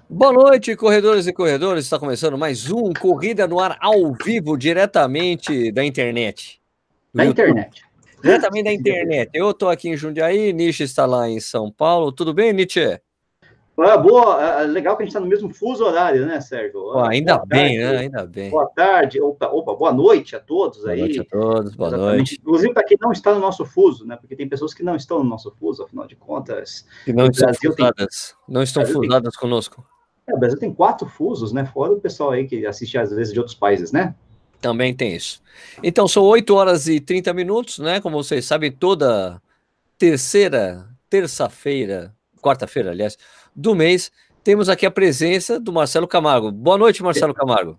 Boa noite, corredores e corredores. Está começando mais um Corrida no Ar ao vivo, diretamente da internet, do Da YouTube. internet. Diretamente da internet. Eu estou aqui em Jundiaí, Nietzsche está lá em São Paulo. Tudo bem, Nietzsche? Boa, legal que a gente está no mesmo fuso horário, né, Sérgio? Pô, ainda Boa bem, né? tarde, Ainda bem. boa tarde, boa noite a todos Boa noite a aí. todos, boa Exatamente. noite. Inclusive para quem não está no nosso fuso, né? Porque tem pessoas que não estão no nosso fuso, afinal de contas, Que não o estão Brasil tem, fusadas, não estão Brasil tem, fusadas conosco. o Brasil tem 4 fusos, né? Fora o pessoal aí que assiste às vezes de outros países, né? Também tem isso. Então, são 8 horas e 30 minutos, né? Como vocês sabem, toda terça-feira, quarta-feira, aliás, do mês, temos aqui a presença do Marcelo Camargo. Boa noite, Marcelo Camargo.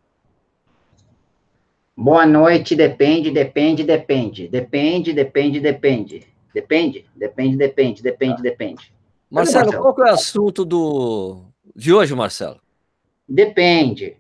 Boa noite, depende. Cadê Marcelo, Marcelo? qual que é o assunto de hoje, Marcelo? Depende.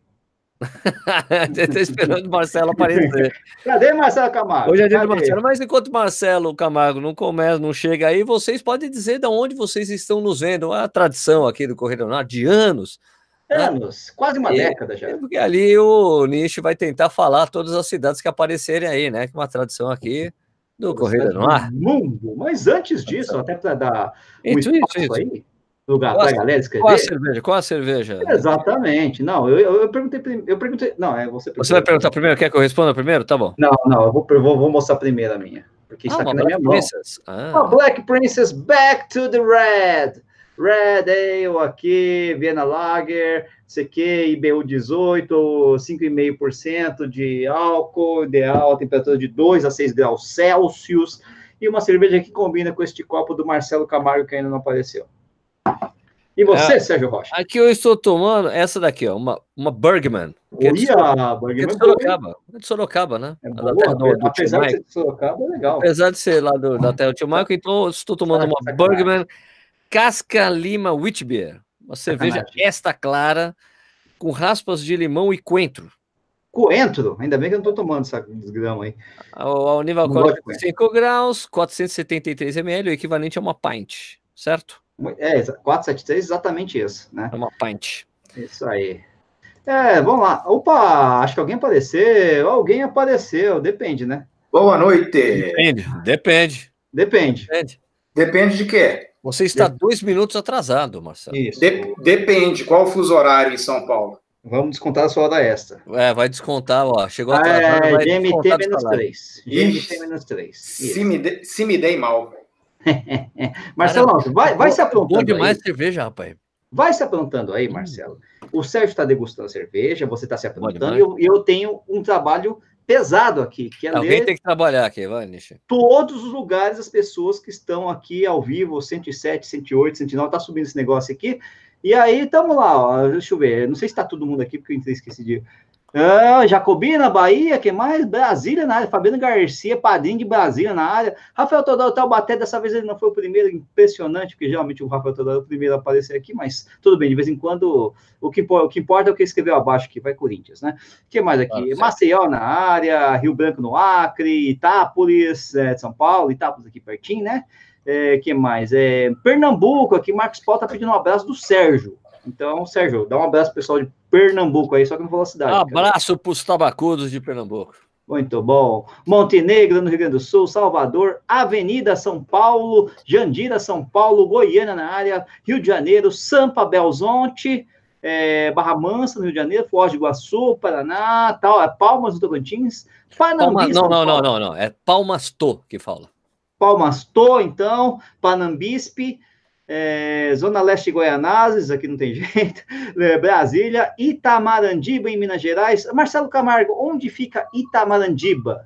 Estou esperando o Marcelo aparecer. Cadê Marcelo Camargo? Hoje é dia do Cadê? Marcelo, mas enquanto o Marcelo Camargo não começa, não chega aí, vocês podem dizer de onde vocês estão nos vendo. A tradição aqui do Correio do Norte de anos, né? Anos, quase uma década já. Porque ali o Nish vai tentar falar todas as cidades que aparecerem aí, né? Que é uma tradição aqui do Todas as Correio cidades do do Ar. mundo. Mas antes disso, até para dar um espaço Isso. aí, para a galera Qual a escrever. cerveja? Qual a cerveja? Exatamente. Não, eu perguntei. Não, é você Você vai primeiro. perguntar primeiro? Quer que eu responda primeiro? Tá bom. Não, eu vou mostrar primeiro a minha, porque está Uma aqui na minha Black mão. Princess. Black Princess, back to the red. Red Ale aqui, Vienna Lager, CQ, IBU 18, 5,5% de álcool, ideal, temperatura de 2 a 6 graus Celsius, e uma cerveja que combina com este copo do Marcelo Camargo, que ainda não apareceu. E você, Sérgio Rocha? Aqui eu estou tomando essa daqui, ó, uma Bergman. Que é de Bergman é Sorocaba. É de Sorocaba, né? é Da terra boa, do tio apesar de Mike. ser de Sorocaba, é legal. Apesar de ser lá da terra do tio Mike, então eu estou tomando uma Sacanagem. Bergman Casca Lima Witch Beer. Uma cerveja Sacanagem. esta clara, com raspas de limão e coentro. Coentro, ainda bem que eu não estou tomando essa desgrama aí. Ao nível Não gosto alcoólico de de 5 graus, 473 ml, o equivalente a uma pint, certo? 473, exatamente isso, né? É uma pint. Isso aí. Vamos lá. Opa, acho que alguém apareceu. Alguém apareceu, depende, né? Boa noite. Depende. Depende de quê? Você está 2 minutos atrasado, Marcelo. Isso. Depende. Qual o fuso horário em São Paulo? Vamos descontar a sua hora extra. Vai descontar, ó. Chegou atrasado, vai descontar GMT do salário. GMT-3. Se me dei mal. Marcelo, vai se aprontando Bom demais aí. Cerveja, rapaz. Vai se aprontando aí, Marcelo. O Sérgio está degustando a cerveja, você está se aprontando, e eu tenho um trabalho pesado aqui, que é alguém tem que trabalhar aqui, vai, Nishi. Todos os lugares, as pessoas que estão aqui ao vivo, 107, 108, 109, tá subindo esse negócio aqui. E aí, tamo lá, ó, deixa eu ver, não sei se tá todo mundo aqui, porque eu esqueci de... Jacobina, Bahia, quem mais? Brasília na área, Fabiano Garcia, padrinho de Brasília na área, Rafael Todoro Taubaté, dessa vez ele não foi o primeiro, impressionante, porque geralmente o Rafael Todoro é o primeiro a aparecer aqui, mas tudo bem, de vez em quando, o que importa é o que escreveu abaixo aqui, vai Corinthians, né? O que mais aqui? Maceió na área, Rio Branco no Acre, Itápolis, São Paulo, Itápolis aqui pertinho, né? Que mais? Pernambuco, aqui, Marcos Paulo tá pedindo um abraço do Sérgio. Então, Sérgio, dá um abraço pro pessoal de Pernambuco aí, só que não falou a cidade. Abraço para os tabacudos de Pernambuco. Muito bom. Montenegro, no Rio Grande do Sul, Salvador, Avenida São Paulo, Jandira, São Paulo, Goiânia na área, Rio de Janeiro, Sampa, Belzonte, Barra Mansa, no Rio de Janeiro, Foz do Iguaçu, Paraná, Palmas do Tocantins, Panambi, São Paulo. Não, é Palmas-Tô que fala. Palmas-Tô, então, Panambispe, Zona Leste Goianazes, aqui não tem jeito, Brasília, Itamarandiba, em Minas Gerais. Marcelo Camargo, onde fica Itamarandiba?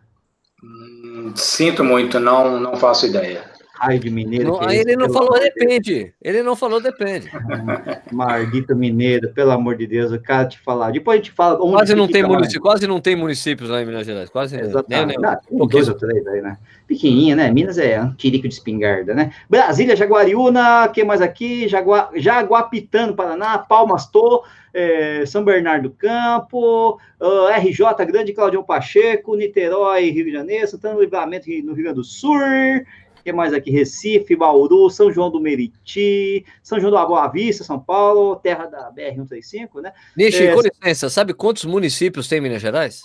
Sinto muito, não faço ideia. Raio de mineiro. Ele não falou depende. Ele não falou depende. Maldito mineiro, pelo amor de Deus, eu quero te falar. Depois a gente fala onde quase não tem municípios lá em Minas Gerais. Quase exatamente. Nem, 2 ou 3 aí, né? Pequenininha, né? Minas é um tirico de espingarda, né? Brasília, Jaguariúna, que mais aqui? Jaguapitã, Paraná, Palmas-Tô, São Bernardo do Campo, RJ Grande, Claudião Pacheco, Niterói, Rio de Janeiro, Santana do Livramento, no Rio Grande do Sul, que mais aqui? Recife, Bauru, São João do Meriti, São João da Boa Vista, São Paulo, terra da BR-135, né? Nishi, com licença, sabe quantos municípios tem em Minas Gerais?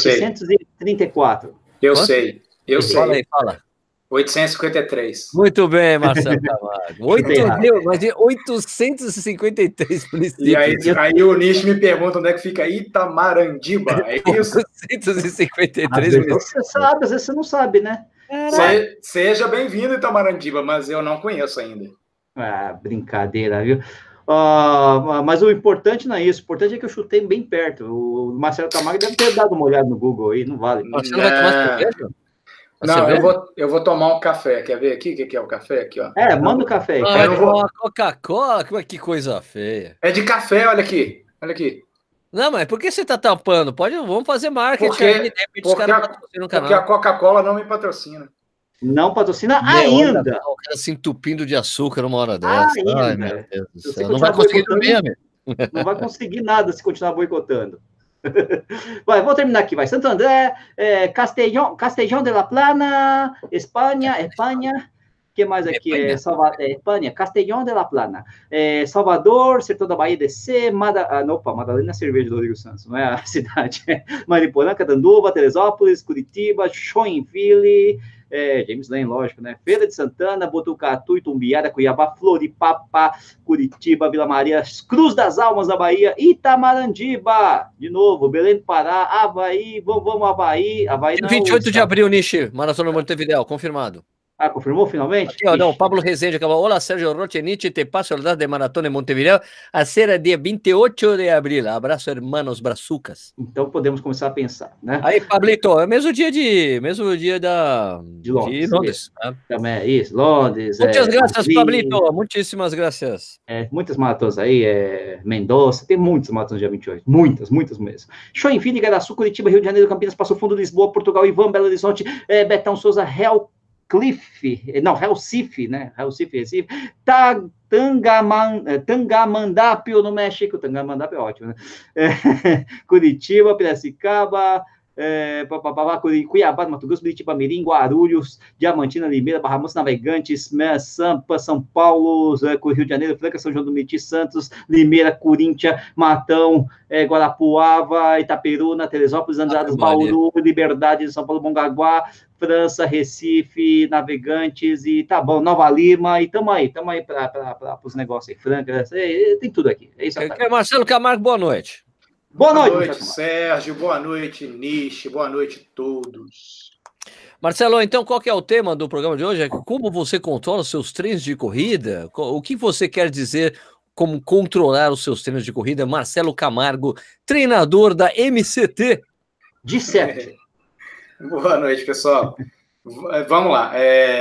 734. Eu Quanto? sei. Fala aí, fala. 853. Muito bem, Marcelo Camargo. Mas de 853 municípios. E aí o Nishi me pergunta onde é que fica Itamarandiba. É isso? 853 municípios. Você sabe, às vezes você não sabe, né? Seja bem-vindo, Itamarandiba, mas eu não conheço ainda. Ah, brincadeira, viu? Mas o importante não é isso. O importante é que eu chutei bem perto. O Marcelo Camargo deve ter dado uma olhada no Google aí, não vale. Marcelo vai tomar cerveja? Não, eu vou tomar um café. Quer ver aqui o que é o café? Aqui, ó. Manda o café aí. Uma Coca-Cola? Que coisa feia. É de café, olha aqui. Olha aqui. Não, mas por que você tá tampando? Vamos fazer marketing aí, de repente os caras patrocinam o canal. Porque a Coca-Cola não me patrocina. Não patrocina ainda. O cara se entupindo de açúcar uma hora dessa. Ainda. Ai, meu Deus do céu. Não vai conseguir dormir, amigo. Não vai conseguir nada se continuar boicotando. Vai, vou terminar aqui, vai. Santo André, Castellón de la Plana, Espanha. O que mais aqui? Espanha, Castellón de la Plana. Salvador, Sertão da Bahia, DC, Madalena Cerveja do Rodrigo Santos, não é a cidade. Mariporã, Catanduva, Teresópolis, Curitiba, Joinville, James Lane, lógico, né? Feira de Santana, Botucatu, Itumbiara, Cuiabá, Floripapa, Curitiba, Vila Maria, Cruz das Almas da Bahia, Itamarandiba, de novo, Belém do Pará, Avaí, vamos Avaí. 28 de abril, Nishi, Maratona Montevidéu, confirmado. Confirmou finalmente? Aqui, não, Pablo Rezende acabou. Olá, Sérgio Rocheniche, te passo a de Maratona em Montevideo a ser dia 28 de abril. Abraço, hermanos brazucas. Então podemos começar a pensar, né? Aí, Pablito, é mesmo dia de Londres. Né? Também é isso, Londres. Muitas graças, Pablito. Muitíssimas graças. Muitas maratonas aí, Mendoza, tem muitas maratonas dia 28. Muitas mesmo. Joinville, Igaraçu, Curitiba, Rio de Janeiro, Campinas, Passo Fundo, Lisboa, Portugal, Ivan, Belo Horizonte, Betão Souza, Recife, né? Recife. Tangamandápio, no México. Tangamandápio é ótimo, né? Curitiba, Piracicaba, Cuiabá, Mato Grosso, Curitiba, Mirim, Guarulhos, Diamantina, Limeira, Barra Mansa, Navegantes, Sampa, São Paulo, Rio de Janeiro, Franca, São João do Meriti, Santos, Limeira, Corinthians, Matão, Guarapuava, Itaperuna, Teresópolis, Andradas, Bauru, Liberdade, São Paulo, Mongaguá, França, Recife, Navegantes e tá bom, Nova Lima, e tamo aí para os negócios aí, Franca, tem tudo aqui. É isso aí. Marcelo Camargo, boa noite. Boa noite, Sérgio, boa noite, Nishi, boa noite a todos. Marcelo, então qual que é o tema do programa de hoje? Como você controla os seus treinos de corrida? O que você quer dizer como controlar os seus treinos de corrida? Marcelo Camargo, treinador da MCT. De 7. Boa noite, pessoal. Vamos lá.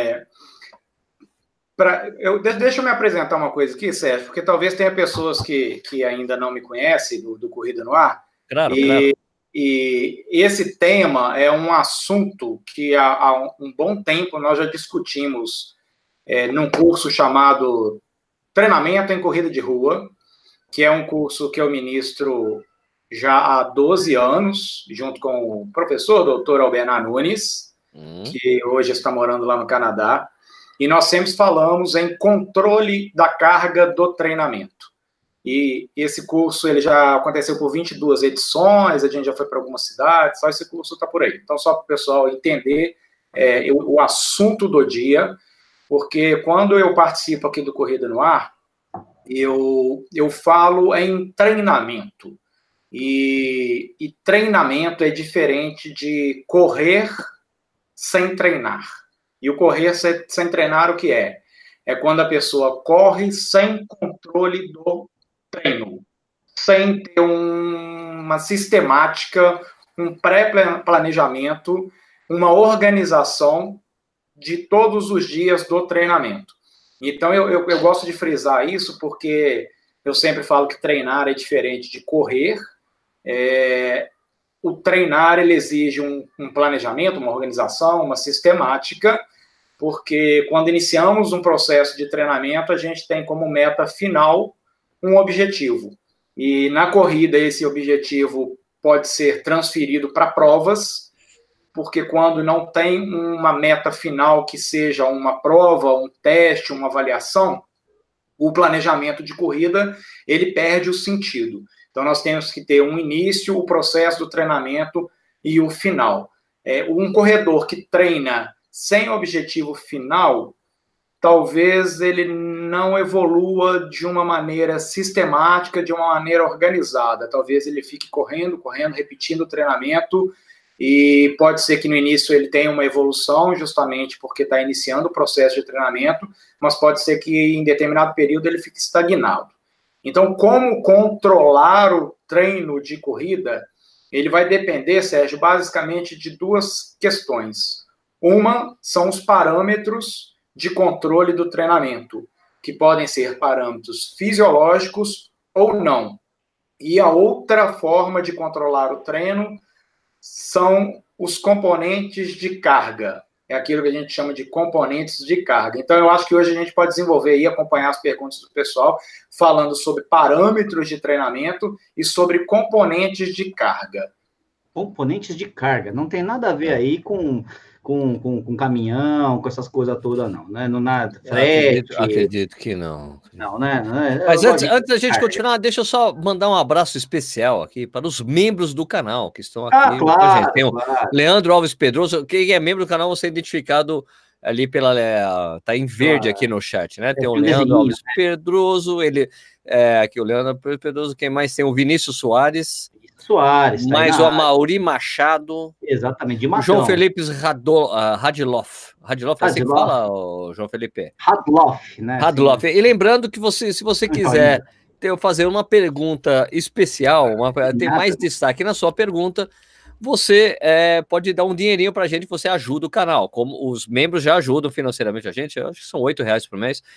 Deixa eu me apresentar uma coisa aqui, Sérgio, porque talvez tenha pessoas que ainda não me conhecem do Corrida no Ar. Claro. E esse tema é um assunto que há um bom tempo nós já discutimos num curso chamado Treinamento em Corrida de Rua, que é um curso que eu ministro já há 12 anos, junto com o professor doutor Alberna Nunes, que hoje está morando lá no Canadá, e nós sempre falamos em controle da carga do treinamento. E esse curso ele já aconteceu por 22 edições, a gente já foi para algumas cidades, só esse curso está por aí. Então, só para o pessoal entender o assunto do dia, porque quando eu participo aqui do Corrida no Ar, eu falo em treinamento. E treinamento é diferente de correr sem treinar. E o correr sem treinar, o que é? É quando a pessoa corre sem controle do treino, sem ter uma sistemática, um pré-planejamento, uma organização de todos os dias do treinamento. Então, eu gosto de frisar isso porque eu sempre falo que treinar é diferente de correr. O treinar ele exige um planejamento, uma organização, uma sistemática, porque quando iniciamos um processo de treinamento, a gente tem como meta final um objetivo. E na corrida, esse objetivo pode ser transferido para provas, porque quando não tem uma meta final que seja uma prova, um teste, uma avaliação, o planejamento de corrida, ele perde o sentido. Então, nós temos que ter um início, o processo do treinamento e o final. Um corredor que treina sem objetivo final, talvez ele não evolua de uma maneira sistemática, de uma maneira organizada. Talvez ele fique correndo, repetindo o treinamento, e pode ser que no início ele tenha uma evolução, justamente porque está iniciando o processo de treinamento, mas pode ser que em determinado período ele fique estagnado. Então, como controlar o treino de corrida, ele vai depender, Sérgio, basicamente de duas questões. Uma são os parâmetros de controle do treinamento, que podem ser parâmetros fisiológicos ou não. E a outra forma de controlar o treino são os componentes de carga. É aquilo que a gente chama de componentes de carga. Então, eu acho que hoje a gente pode desenvolver e acompanhar as perguntas do pessoal, falando sobre parâmetros de treinamento e sobre componentes de carga. Componentes de carga. Não tem nada a ver aí com caminhão, com essas coisas todas, não, né? Não nada. Frete. Acredito que não. Não, né? Mas antes da gente continuar, deixa eu só mandar um abraço especial aqui para os membros do canal que estão aqui. Claro, tem o Leandro Alves Pedroso. Quem é membro do canal, você é identificado ali pela... Tá em verde aqui no chat, né? Tem o Leandro Alves Pedroso, aqui o Leandro Pedroso. Quem mais tem? O Vinícius Soares. Mais o Amaury Machado. Exatamente, de o João Felipe Radloff. Radloff é assim que fala, João Felipe? Radloff, né? Radloff. E lembrando que se você quiser fazer uma pergunta especial, ter mais destaque na sua pergunta, você pode dar um dinheirinho pra gente, você ajuda o canal. Como os membros já ajudam financeiramente a gente, eu acho que são R$8 por mês.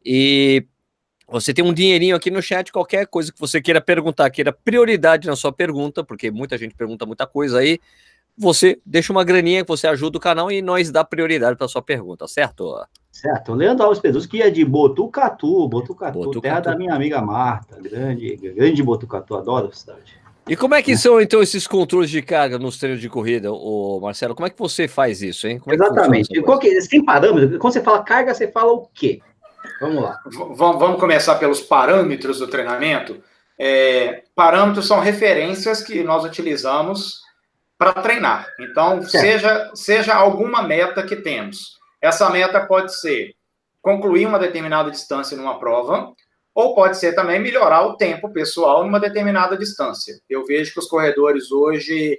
E você tem um dinheirinho aqui no chat, qualquer coisa que você queira perguntar, queira prioridade na sua pergunta, porque muita gente pergunta muita coisa aí, você deixa uma graninha que você ajuda o canal e nós dá prioridade para sua pergunta, certo? Certo. Leandro Alves Pedroso, que é de Botucatu, terra da minha amiga Marta, grande Botucatu, adoro a cidade. E como é que são, então, esses controles de carga nos treinos de corrida, Marcelo? Como é que você faz isso, hein? Exatamente. Sem parâmetro, quando você fala carga, você fala o quê? Vamos lá. Vamos começar pelos parâmetros do treinamento. Parâmetros são referências que nós utilizamos para treinar. Então, seja alguma meta que temos. Essa meta pode ser concluir uma determinada distância numa prova, ou pode ser também melhorar o tempo pessoal numa determinada distância. Eu vejo que os corredores hoje,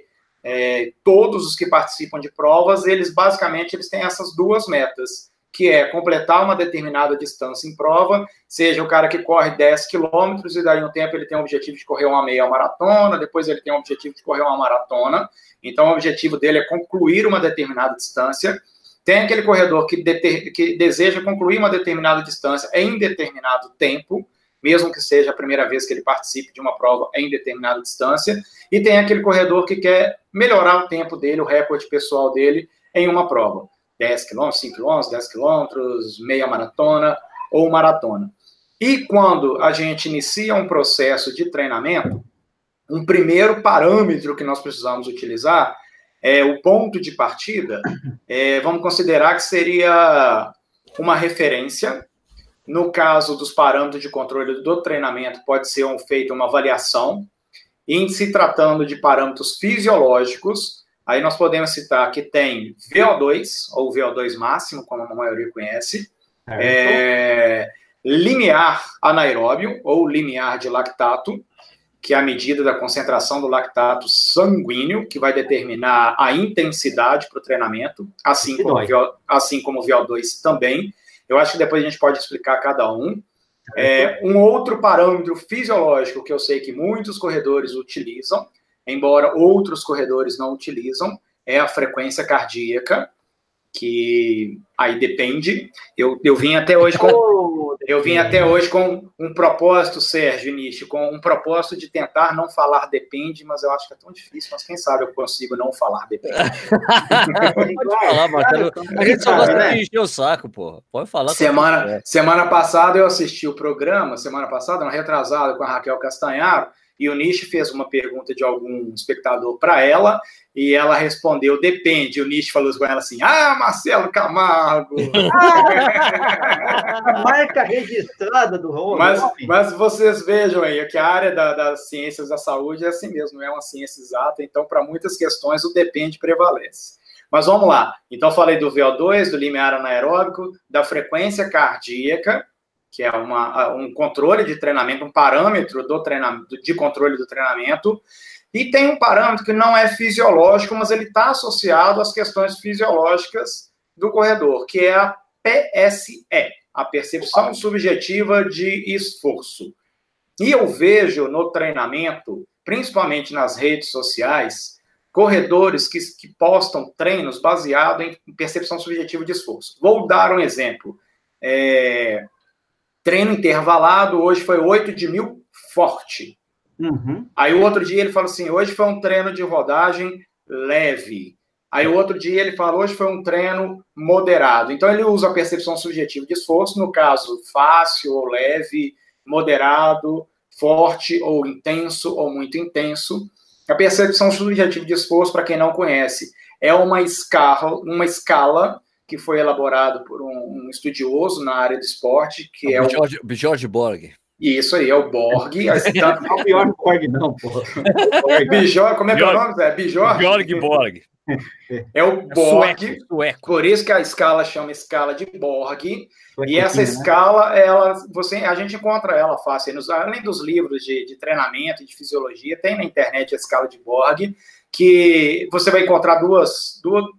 todos os que participam de provas, eles têm essas duas metas, que é completar uma determinada distância em prova, seja o cara que corre 10 quilômetros e daí um tempo ele tem o objetivo de correr uma meia maratona, depois ele tem o objetivo de correr uma maratona, então o objetivo dele é concluir uma determinada distância. Tem aquele corredor que deseja concluir uma determinada distância em determinado tempo, mesmo que seja a primeira vez que ele participe de uma prova em determinada distância, e tem aquele corredor que quer melhorar o tempo dele, o recorde pessoal dele em uma prova. 10 km, 5 km, 10 km, meia maratona ou maratona. E quando a gente inicia um processo de treinamento, um primeiro parâmetro que nós precisamos utilizar o ponto de partida, vamos considerar que seria uma referência. No caso dos parâmetros de controle do treinamento, pode ser feita uma avaliação. Em se tratando de parâmetros fisiológicos, aí nós podemos citar que tem VO2, ou VO2 máximo, como a maioria conhece, limiar anaeróbio, ou limiar de lactato, que é a medida da concentração do lactato sanguíneo, que vai determinar a intensidade para o treinamento, assim como o VO2 também. Eu acho que depois a gente pode explicar cada um. Um outro parâmetro fisiológico que eu sei que muitos corredores utilizam, embora outros corredores não utilizam, é a frequência cardíaca, que aí depende. Eu vim até hoje com um propósito, Sérgio Nishi, com um propósito de tentar não falar depende, mas eu acho que é tão difícil, mas quem sabe eu consigo não falar depende. Pode falar, Marcelo. A gente só gosta de encher o saco, porra. Pode falar. Semana passada eu assisti o programa, retrasada, com a Raquel Castanharo, e o Nishi fez uma pergunta de algum espectador para ela, e ela respondeu, depende. O Nishi falou com ela assim, Marcelo Camargo! A marca registrada do homem. Mas vocês vejam aí que a área das ciências da saúde é assim mesmo, não é uma ciência exata, então para muitas questões o depende prevalece. Mas vamos lá. Então falei do VO2, do limiar anaeróbico, da frequência cardíaca, que é um controle de treinamento, um parâmetro de controle do treinamento, e tem um parâmetro que não é fisiológico, mas ele está associado às questões fisiológicas do corredor, que é a PSE, a percepção subjetiva de esforço. E eu vejo no treinamento, principalmente nas redes sociais, corredores que postam treinos baseados em percepção subjetiva de esforço. Vou dar um exemplo. Treino intervalado, hoje foi 8 de 1000 forte. Uhum. Aí o outro dia ele fala assim, hoje foi um treino de rodagem leve. Aí o outro dia ele fala, hoje foi um treino moderado. Então ele usa a percepção subjetiva de esforço, no caso, fácil ou leve, moderado, forte ou intenso ou muito intenso. A percepção subjetiva de esforço, para quem não conhece, é uma escala que foi elaborada por um estudioso na área do esporte, que é o Bjorn Borg. Isso aí, é o Borg. Não é o pior Borg, não, porra. Bjorn, como é que é o nome? Bjorn Borg. É o Borg. Sueco. Por isso que a escala chama escala de Borg. Sueco, E essa escala, a gente encontra ela fácil. Além dos livros de treinamento e de fisiologia, tem na internet a escala de Borg, que você vai encontrar duas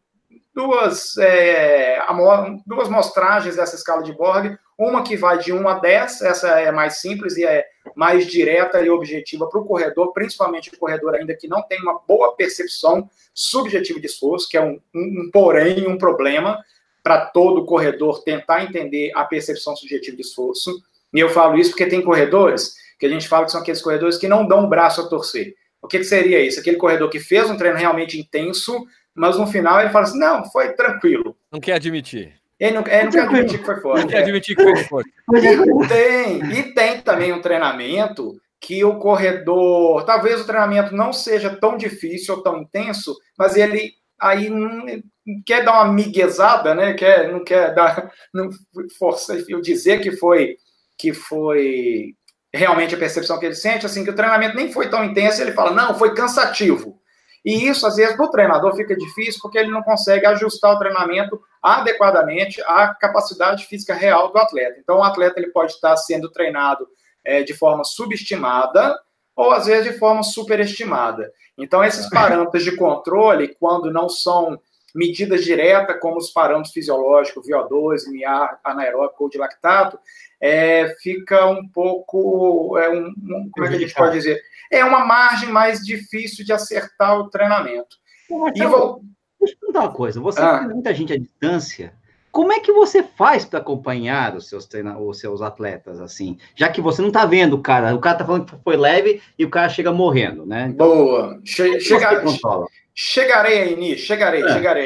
mostragens dessa escala de Borg. Uma que vai de 1 a 10, essa é mais simples e é mais direta e objetiva para o corredor, principalmente o corredor ainda que não tem uma boa percepção subjetiva de esforço, que é porém, um problema para todo corredor tentar entender a percepção subjetiva de esforço. E eu falo isso porque tem corredores que a gente fala que são aqueles corredores que não dão o braço a torcer. O que seria isso? Aquele corredor que fez um treino realmente intenso, mas no final ele fala assim, não, foi tranquilo. Não quer admitir. Ele não quer admitir que foi forte. Não quer admitir que foi forte. E tem também um treinamento que o corredor... Talvez o treinamento não seja tão difícil ou tão intenso, mas ele aí não quer dar uma miguezada, né? Não quer forçar eu dizer que foi realmente a percepção que ele sente, assim, que o treinamento nem foi tão intenso, ele fala, não, foi cansativo. E isso, às vezes, para o treinador fica difícil porque ele não consegue ajustar o treinamento adequadamente à capacidade física real do atleta. Então, o atleta ele pode estar sendo treinado de forma subestimada ou, às vezes, de forma superestimada. Então, esses parâmetros de controle, quando não são medidas diretas, como os parâmetros fisiológicos, VO2, limiar, anaeróbico ou de lactato, fica um pouco, como é que a gente pode dizer? É uma margem mais difícil de acertar o treinamento. Deixa eu perguntar uma coisa. Você tem muita gente à distância. Como é que você faz para acompanhar os seus atletas, assim? Já que você não está vendo o cara está falando que foi leve e o cara chega morrendo, né? Então, boa. Chegarei aí, Nish. Chegarei.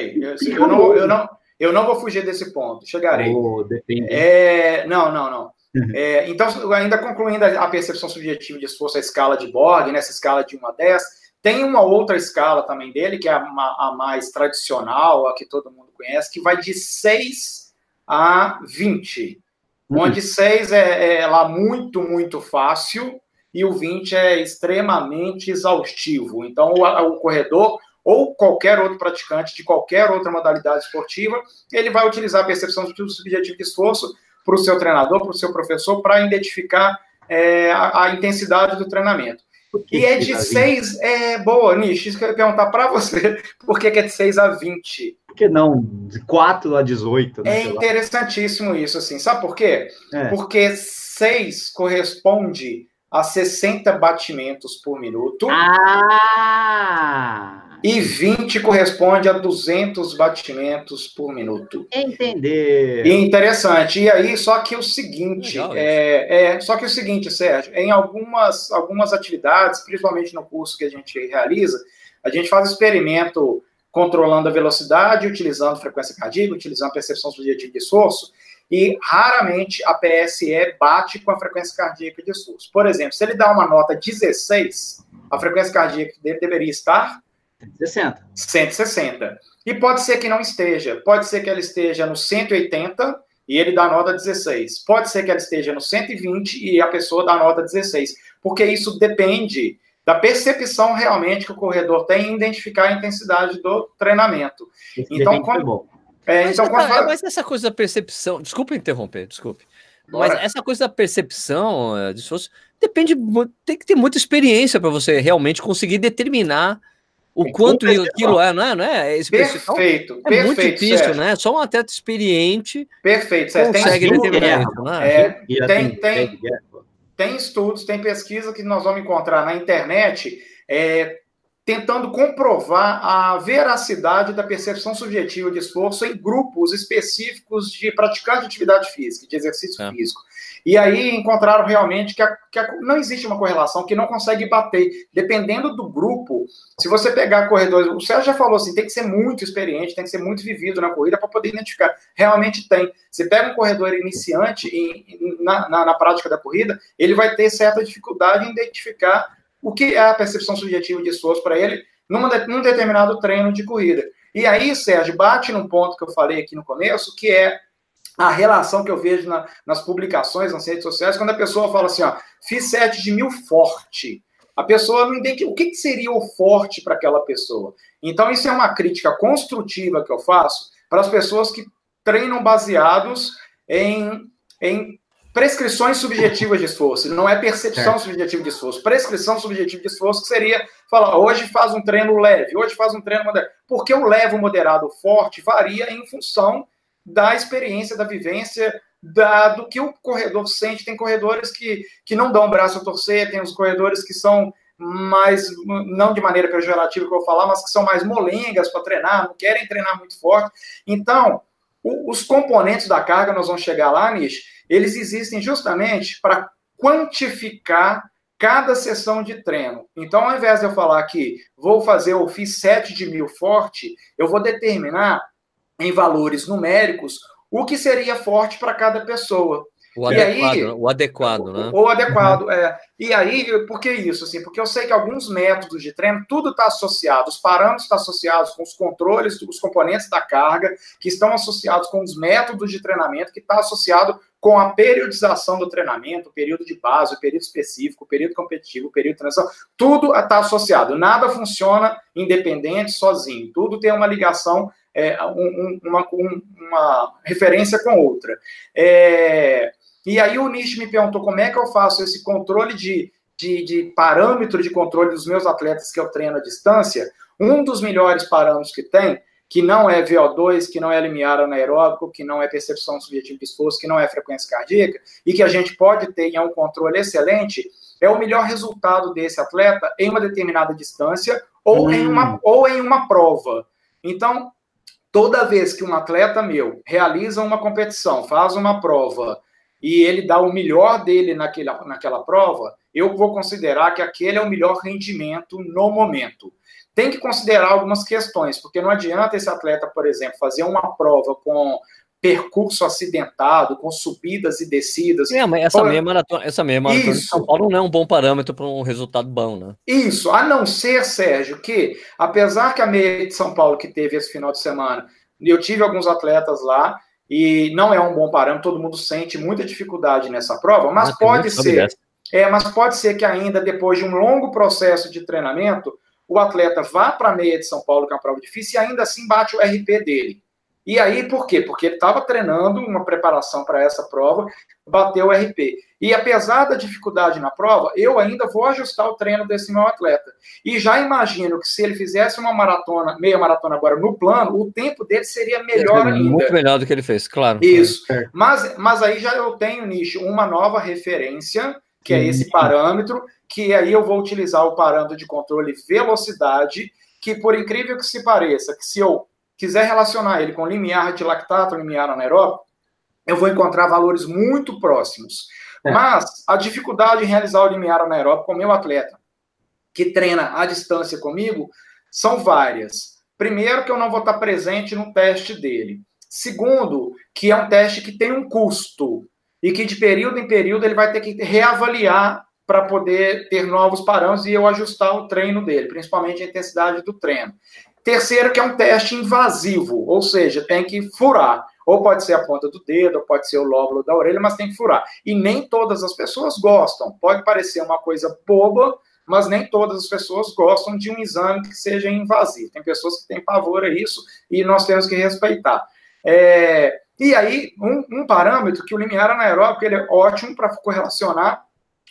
Eu não vou fugir desse ponto. Chegarei. Depende. Não. Então, ainda concluindo a percepção subjetiva de esforço, a escala de Borg, nessa escala de 1 a 10, tem uma outra escala também dele, que é a mais tradicional, a que todo mundo conhece, que vai de 6 a 20. Onde 6 é lá muito, muito fácil, e o 20 é extremamente exaustivo. Então, o corredor, ou qualquer outro praticante de qualquer outra modalidade esportiva, ele vai utilizar a percepção subjetiva de esforço para o seu treinador, para o seu professor, para identificar a intensidade do treinamento. E é de 6... boa, Nish, isso que eu ia perguntar para você. Por que é de 6 a 20? Por que não de 4 a 18? Né, é interessantíssimo isso, assim. Sabe por quê? Porque 6 corresponde a 60 batimentos por minuto. E 20 corresponde a 200 batimentos por minuto. Entender. Interessante. E aí, só que o seguinte, Sérgio, em algumas atividades, principalmente no curso que a gente realiza, a gente faz experimento controlando a velocidade, utilizando frequência cardíaca, utilizando percepção subjetiva de esforço, e raramente a PSE bate com a frequência cardíaca de esforço. Por exemplo, se ele dá uma nota 16, a frequência cardíaca dele deveria estar 160. E pode ser que não esteja. Pode ser que ela esteja no 180 e ele dá nota 16. Pode ser que ela esteja no 120 e a pessoa dá nota 16. Porque isso depende da percepção realmente que o corredor tem em identificar a intensidade do treinamento. Então, mas essa coisa da percepção... Desculpa interromper, desculpe. Bora. Mas essa coisa da percepção de esforço depende... Tem que ter muita experiência para você realmente conseguir determinar o quanto aquilo é, não é? Perfeito. É muito difícil, Sérgio, né? Só um atleta experiente consegue determinar isso, né? Tem estudos, tem pesquisa que nós vamos encontrar na internet tentando comprovar a veracidade da percepção subjetiva de esforço em grupos específicos de praticantes de atividade física, de exercício físico. E aí encontraram realmente que não existe uma correlação, que não consegue bater. Dependendo do grupo, se você pegar corredores... O Sérgio já falou assim, tem que ser muito experiente, tem que ser muito vivido na corrida para poder identificar. Realmente tem. Você pega um corredor iniciante na prática da corrida, ele vai ter certa dificuldade em identificar o que é a percepção subjetiva de esforço para ele num determinado treino de corrida. E aí, Sérgio, bate num ponto que eu falei aqui no começo, que é a relação que eu vejo nas publicações, nas redes sociais, quando a pessoa fala assim, ó, fiz 7 de 1000 forte. A pessoa não entende o que seria o forte para aquela pessoa. Então, isso é uma crítica construtiva que eu faço para as pessoas que treinam baseados em prescrições subjetivas de esforço. Não é percepção subjetiva de esforço. Prescrição subjetiva de esforço que seria falar, hoje faz um treino leve, hoje faz um treino moderado. Porque o leve, o moderado, o forte varia em função da experiência, da vivência, do que o corredor sente. Tem corredores que não dão o braço a torcer, tem os corredores que são mais, não de maneira pejorativa que eu vou falar, mas que são mais molengas para treinar, não querem treinar muito forte. Então, os componentes da carga, nós vamos chegar lá, Nish, eles existem justamente para quantificar cada sessão de treino. Então, ao invés de eu falar que eu fiz 7 de 1000 forte, eu vou determinar em valores numéricos o que seria forte para cada pessoa. O adequado, né? O adequado, E aí, por que isso? Assim, porque eu sei que alguns métodos de treino, tudo está associado, os parâmetros estão associados com os controles, os componentes da carga, que estão associados com os métodos de treinamento, que está associado com a periodização do treinamento, o período de base, o período específico, o período competitivo, o período de transição, tudo está associado. Nada funciona independente, sozinho. Tudo tem uma ligação, uma referência com outra. E aí o Nish me perguntou como é que eu faço esse controle de parâmetro de controle dos meus atletas que eu treino à distância. Um dos melhores parâmetros que tem, que não é VO2, que não é limiar anaeróbico, que não é percepção subjetiva de esforço, que não é frequência cardíaca, e que a gente pode ter em um controle excelente, é o melhor resultado desse atleta em uma determinada distância ou em uma prova. Então, toda vez que um atleta meu realiza uma competição, faz uma prova, e ele dá o melhor dele naquela prova, eu vou considerar que aquele é o melhor rendimento no momento. Tem que considerar algumas questões, porque não adianta esse atleta, por exemplo, fazer uma prova com percurso acidentado, com subidas e descidas. Mas essa meia maratona de São Paulo não é um bom parâmetro para um resultado bom, né? Isso, a não ser, Sérgio, que, apesar que a meia de São Paulo que teve esse final de semana, eu tive alguns atletas lá, e não é um bom parâmetro, todo mundo sente muita dificuldade nessa prova, mas pode ser que ainda depois de um longo processo de treinamento, o atleta vá para a meia de São Paulo, que é uma prova difícil, e ainda assim bate o RP dele. E aí, por quê? Porque ele estava treinando uma preparação para essa prova, bateu o RP. E apesar da dificuldade na prova, eu ainda vou ajustar o treino desse meu atleta. E já imagino que se ele fizesse uma maratona, meia maratona agora no plano, o tempo dele seria melhor ainda. Muito melhor do que ele fez, claro. Isso. Mas aí já eu tenho, Nish, uma nova referência, que é esse parâmetro, que aí eu vou utilizar o parâmetro de controle velocidade, que por incrível que se pareça, que se eu quiser relacionar ele com limiar de lactato, limiar anaeróbico, eu vou encontrar valores muito próximos. Mas a dificuldade em realizar o limiar anaeróbico com o meu atleta, que treina à distância comigo, são várias. Primeiro, que eu não vou estar presente no teste dele. Segundo, que é um teste que tem um custo e que de período em período ele vai ter que reavaliar para poder ter novos parâmetros e eu ajustar o treino dele, principalmente a intensidade do treino. Terceiro, que é um teste invasivo, ou seja, tem que furar. Ou pode ser a ponta do dedo, ou pode ser o lóbulo da orelha, mas tem que furar. E nem todas as pessoas gostam. Pode parecer uma coisa boba, mas nem todas as pessoas gostam de um exame que seja invasivo. Tem pessoas que têm pavor a isso e nós temos que respeitar. E aí, um parâmetro que o limiar anaeróbico ele é ótimo para correlacionar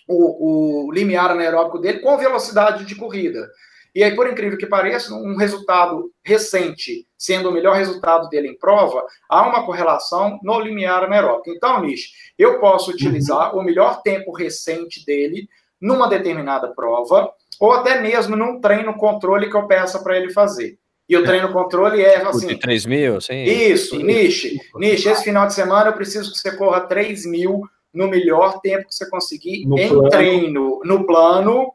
o limiar anaeróbico dele com a velocidade de corrida. E aí, por incrível que pareça, um resultado recente, sendo o melhor resultado dele em prova, há uma correlação no limiar anaeróbico. Então, Nish, eu posso utilizar o melhor tempo recente dele numa determinada prova, ou até mesmo num treino controle que eu peça para ele fazer. E o treino controle é assim... 3.000, assim? Isso, Nish, esse final de semana eu preciso que você corra 3.000 no melhor tempo que você conseguir treino, no plano,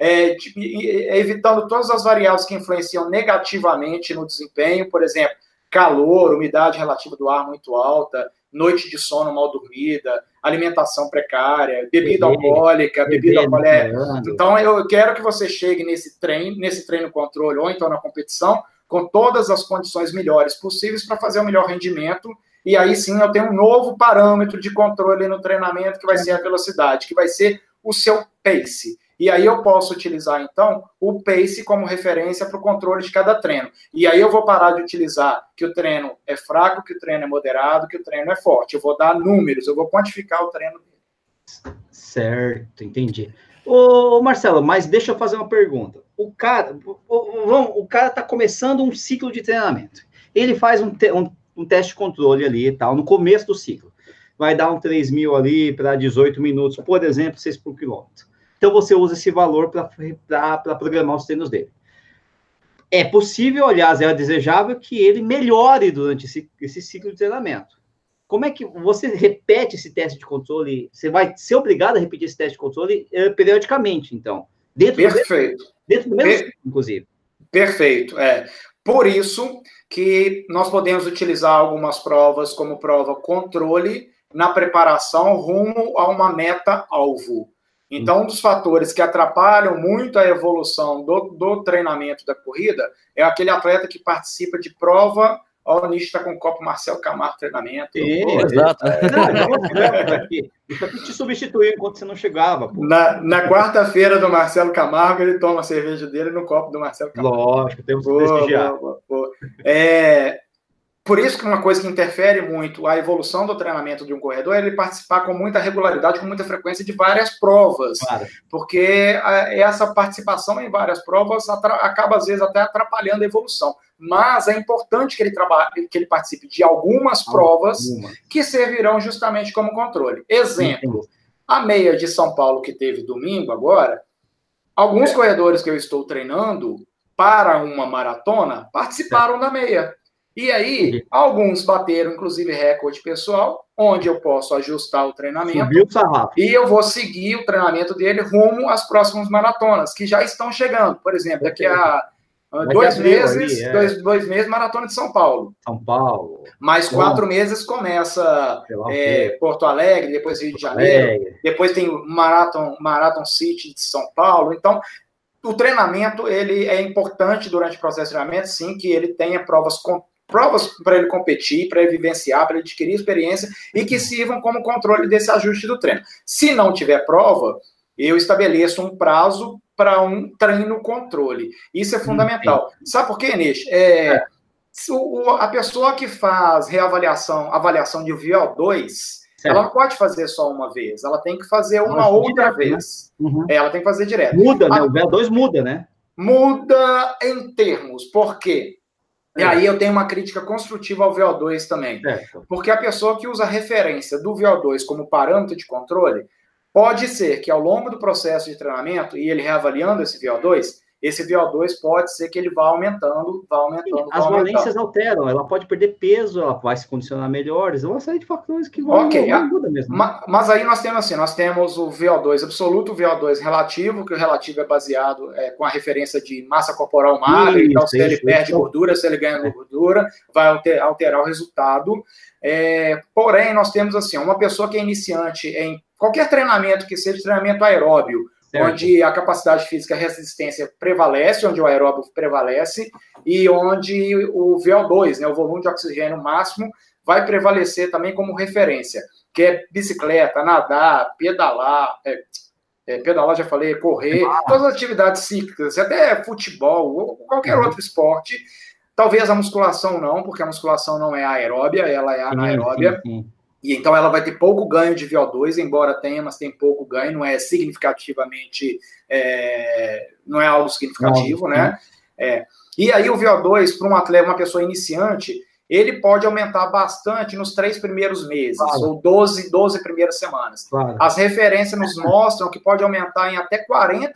evitando todas as variáveis que influenciam negativamente no desempenho, por exemplo, calor, umidade relativa do ar muito alta, noite de sono mal dormida, alimentação precária, bebida alcoólica, Então, eu quero que você chegue nesse treino controle, ou então na competição, com todas as condições melhores possíveis para fazer o melhor rendimento, e aí sim eu tenho um novo parâmetro de controle no treinamento, que vai ser a velocidade, que vai ser o seu pace. E aí eu posso utilizar, então, o pace como referência para o controle de cada treino. E aí eu vou parar de utilizar que o treino é fraco, que o treino é moderado, que o treino é forte. Eu vou dar números, eu vou quantificar o treino dele. Certo, entendi. Ô, Marcelo, mas deixa eu fazer uma pergunta. O cara está começando um ciclo de treinamento. Ele faz um teste de controle ali e tal, no começo do ciclo. Vai dar um 3.000 ali para 18 minutos, por exemplo, 6 por quilômetro. Então, você usa esse valor para programar os treinos dele. É possível, aliás, é desejável que ele melhore durante esse ciclo de treinamento. Como é que você repete esse teste de controle? Você vai ser obrigado a repetir esse teste de controle periodicamente, então. Perfeito. Dentro do mesmo ciclo, inclusive. Perfeito, Por isso que nós podemos utilizar algumas provas como prova controle na preparação rumo a uma meta-alvo. Então, um dos fatores que atrapalham muito a evolução do treinamento da corrida é aquele atleta que participa de prova. Ó, o Nish está com o copo Marcelo Camargo treinamento. Exato. Isso aqui te substituiu enquanto você não chegava. Pô. Na quarta-feira do Marcelo Camargo, ele toma a cerveja dele no copo do Marcelo Camargo. Lógico, temos que prestigiar. Por isso que uma coisa que interfere muito a evolução do treinamento de um corredor é ele participar com muita regularidade, com muita frequência de várias provas. Claro. Porque essa participação em várias provas acaba, às vezes, até atrapalhando a evolução. Mas é importante que ele participe de algumas provas que servirão justamente como controle. Exemplo, a meia de São Paulo que teve domingo agora, alguns corredores que eu estou treinando para uma maratona participaram da meia. E aí, alguns bateram, inclusive, recorde pessoal, onde eu posso ajustar o treinamento. E eu vou seguir o treinamento dele rumo às próximas maratonas, que já estão chegando. Por exemplo, daqui a 2 meses, 2 meses, Maratona de São Paulo. Mais 4 meses começa Porto Alegre, depois Rio de Janeiro, depois tem o Marathon City de São Paulo. Então, o treinamento ele é importante durante o processo de treinamento, sim, que ele tenha provas para ele competir, para ele vivenciar, para ele adquirir experiência e que sirvam como controle desse ajuste do treino. Se não tiver prova, eu estabeleço um prazo para um treino controle. Isso é fundamental. Sabe por quê, Nish? A pessoa que faz avaliação de VO2, ela não pode fazer só uma vez, ela tem que fazer uma outra vez. Né? Ela tem que fazer direto. Muda, né? O VO2 muda, né? Muda em termos. Por quê? E aí eu tenho uma crítica construtiva ao VO2 também. Porque a pessoa que usa a referência do VO2 como parâmetro de controle, pode ser que ao longo do processo de treinamento, e ele reavaliando esse VO2, esse VO2 pode ser que ele vá aumentando, As valências alteram, ela pode perder peso, ela vai se condicionar melhor, uma série de fatores que vão mudar mesmo. Mas aí nós temos assim, nós temos o VO2 absoluto, o VO2 relativo, que o relativo é baseado com a referência de massa corporal magra, então se ele perde gordura, se ele ganha gordura, vai alterar o resultado. Porém, nós temos assim, uma pessoa que é iniciante em qualquer treinamento que seja treinamento aeróbio, onde a capacidade física e a resistência prevalece, onde o aeróbio prevalece, e onde o VO2, né, o volume de oxigênio máximo, vai prevalecer também como referência, que é bicicleta, nadar, pedalar, pedalar já falei, correr, todas as atividades cíclicas, até futebol, ou qualquer outro esporte. Talvez a musculação não, porque a musculação não é aeróbia, ela é anaeróbia. E então ela vai ter pouco ganho de VO2, embora tenha, mas tem pouco ganho, não é significativamente, não é algo significativo, né? E aí o VO2, para um atleta, uma pessoa iniciante, ele pode aumentar bastante nos 3 primeiros meses, ou 12 primeiras semanas. As referências nos mostram que pode aumentar em até 40%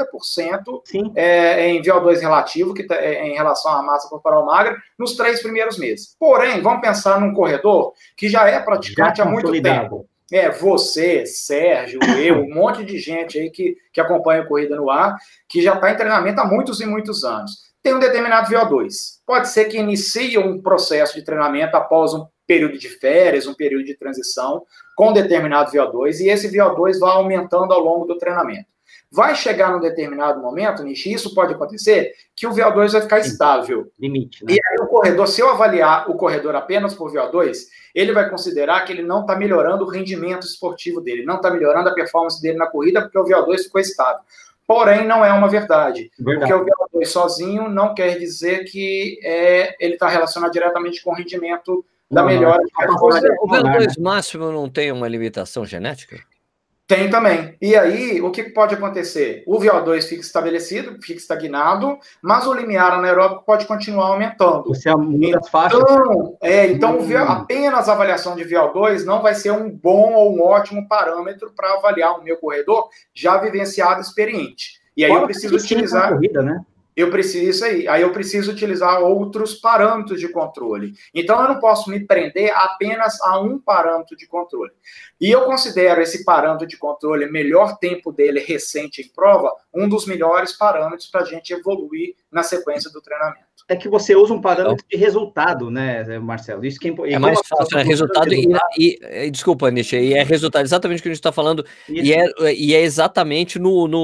em VO2 relativo, que em relação à massa corporal magra, nos 3 primeiros meses. Porém, vamos pensar num corredor que já é praticante há muito tempo. Você, Sérgio, eu, um monte de gente aí que acompanha a Corrida no Ar, que já está em treinamento há muitos e muitos anos. Tem um determinado VO2. Pode ser que inicie um processo de treinamento após um período de férias, um período de transição, com determinado VO2, e esse VO2 vai aumentando ao longo do treinamento. Vai chegar num determinado momento, Nishi, isso pode acontecer, que o VO2 vai ficar estável. Limite, né? E aí o corredor, se eu avaliar o corredor apenas por VO2, ele vai considerar que ele não está melhorando o rendimento esportivo dele, não está melhorando a performance dele na corrida, porque o VO2 ficou estável. Porém, não é uma verdade. Porque o VO2 sozinho não quer dizer que ele está relacionado diretamente com o rendimento da melhora. O VO2 máximo não tem uma limitação genética? Tem também. E aí, o que pode acontecer? O VO2 fica estabelecido, fica estagnado, mas o limiar anaeróbico pode continuar aumentando. Você muda as faixas. Então apenas a avaliação de VO2 não vai ser um bom ou um ótimo parâmetro para avaliar o meu corredor já vivenciado, experiente. E aí eu preciso utilizar... corrida, né? Aí eu preciso utilizar outros parâmetros de controle. Então, eu não posso me prender apenas a um parâmetro de controle. E eu considero esse parâmetro de controle, melhor tempo dele recente em prova, um dos melhores parâmetros para a gente evoluir na sequência do treinamento. É que você usa um parâmetro de resultado, né, Marcelo? Isso que é mais fácil, é resultado desculpa, Nishi, e é resultado exatamente o que a gente está falando, e é exatamente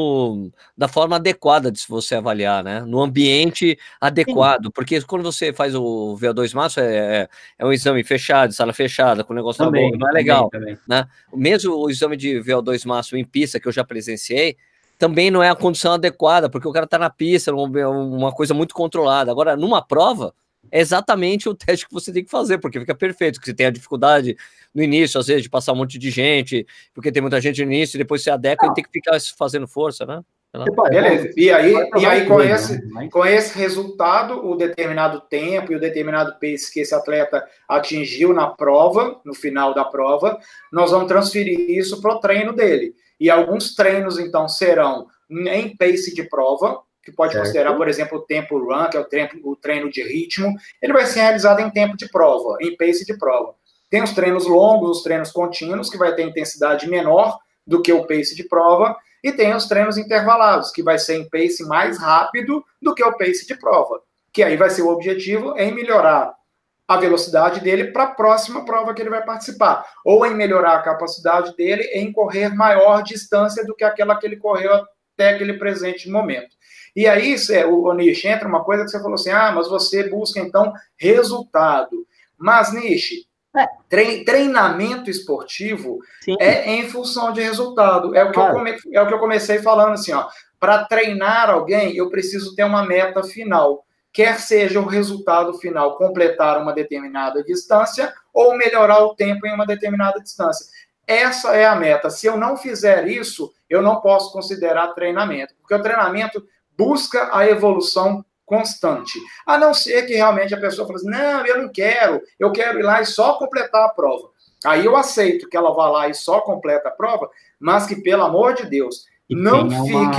da forma adequada de você avaliar, né? No ambiente adequado, porque quando você faz o VO2 máximo, é um exame fechado, sala fechada, com o negócio também, na boca, não é legal, né? Mesmo o exame de VO2 máximo em pista, que eu já presenciei, também não é a condição adequada, porque o cara tá na pista, uma coisa muito controlada. Agora, numa prova, é exatamente o teste que você tem que fazer, porque fica perfeito, porque você tem a dificuldade no início, às vezes, de passar um monte de gente, porque tem muita gente no início, e depois você adequa e tem que ficar fazendo força, né? Beleza. E aí com esse resultado, o determinado tempo e o determinado pace que esse atleta atingiu na prova, no final da prova, nós vamos transferir isso para o treino dele. E alguns treinos, então, serão em pace de prova, que pode considerar, por exemplo, o tempo run, que é o treino de ritmo. Ele vai ser realizado em tempo de prova, em pace de prova. Tem os treinos longos, os treinos contínuos, que vai ter intensidade menor do que o pace de prova, e tem os treinos intervalados, que vai ser em pace mais rápido do que o pace de prova, que aí vai ser o objetivo em melhorar a velocidade dele para a próxima prova que ele vai participar, ou em melhorar a capacidade dele em correr maior distância do que aquela que ele correu até aquele presente momento. E aí, o Nishi, entra uma coisa que você falou assim, mas você busca, então, resultado. Mas, Nishi, treinamento esportivo é em função de resultado. É o que eu comecei falando assim, para treinar alguém, eu preciso ter uma meta final. Quer seja o resultado final completar uma determinada distância ou melhorar o tempo em uma determinada distância. Essa é a meta. Se eu não fizer isso, eu não posso considerar treinamento, porque o treinamento busca a evolução constante. A não ser que realmente a pessoa fale assim, não, eu não quero, eu quero ir lá e só completar a prova. Aí eu aceito que ela vá lá e só completa a prova, mas que, pelo amor de Deus, não fique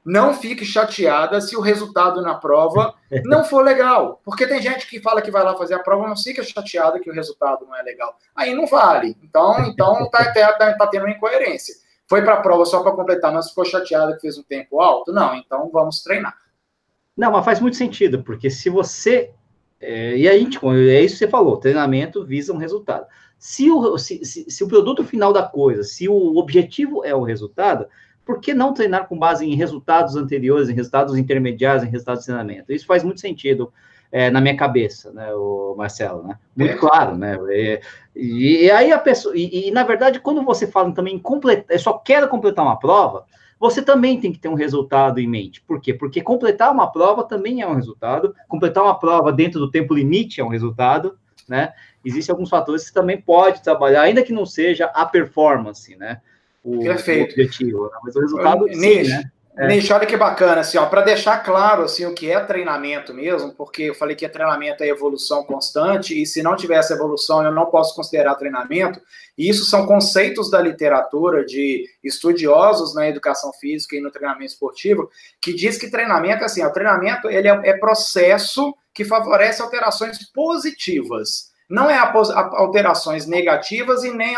não fique chateada se o resultado na prova não for legal. Porque tem gente que fala que vai lá fazer a prova, mas fica chateada que o resultado não é legal. Aí não vale. Então tá tendo uma incoerência. Foi para a prova só para completar, mas ficou chateada que fez um tempo alto? Não, então vamos treinar. Não, mas faz muito sentido, porque se você... e a gente, é isso que você falou, treinamento visa um resultado. Se o produto final da coisa, se o objetivo é o resultado, por que não treinar com base em resultados anteriores, em resultados intermediários, em resultados de treinamento? Isso faz muito sentido na minha cabeça, né, o Marcelo, né? Muito claro, né? E aí a pessoa... E, na verdade, quando você fala também em completar, eu só quero completar uma prova, você também tem que ter um resultado em mente. Por quê? Porque completar uma prova também é um resultado, completar uma prova dentro do tempo limite é um resultado, né? Existem alguns fatores que também pode trabalhar, ainda que não seja a performance, né? O objetivo, né? Mas o resultado, sim, né? Nish, olha que bacana, assim, ó, para deixar claro assim, o que é treinamento mesmo, porque eu falei que treinamento é evolução constante, e se não tiver essa evolução, eu não posso considerar treinamento, e isso são conceitos da literatura de estudiosos na educação física e no treinamento esportivo, que diz que treinamento é assim, o treinamento ele é processo que favorece alterações positivas. Não é alterações negativas e nem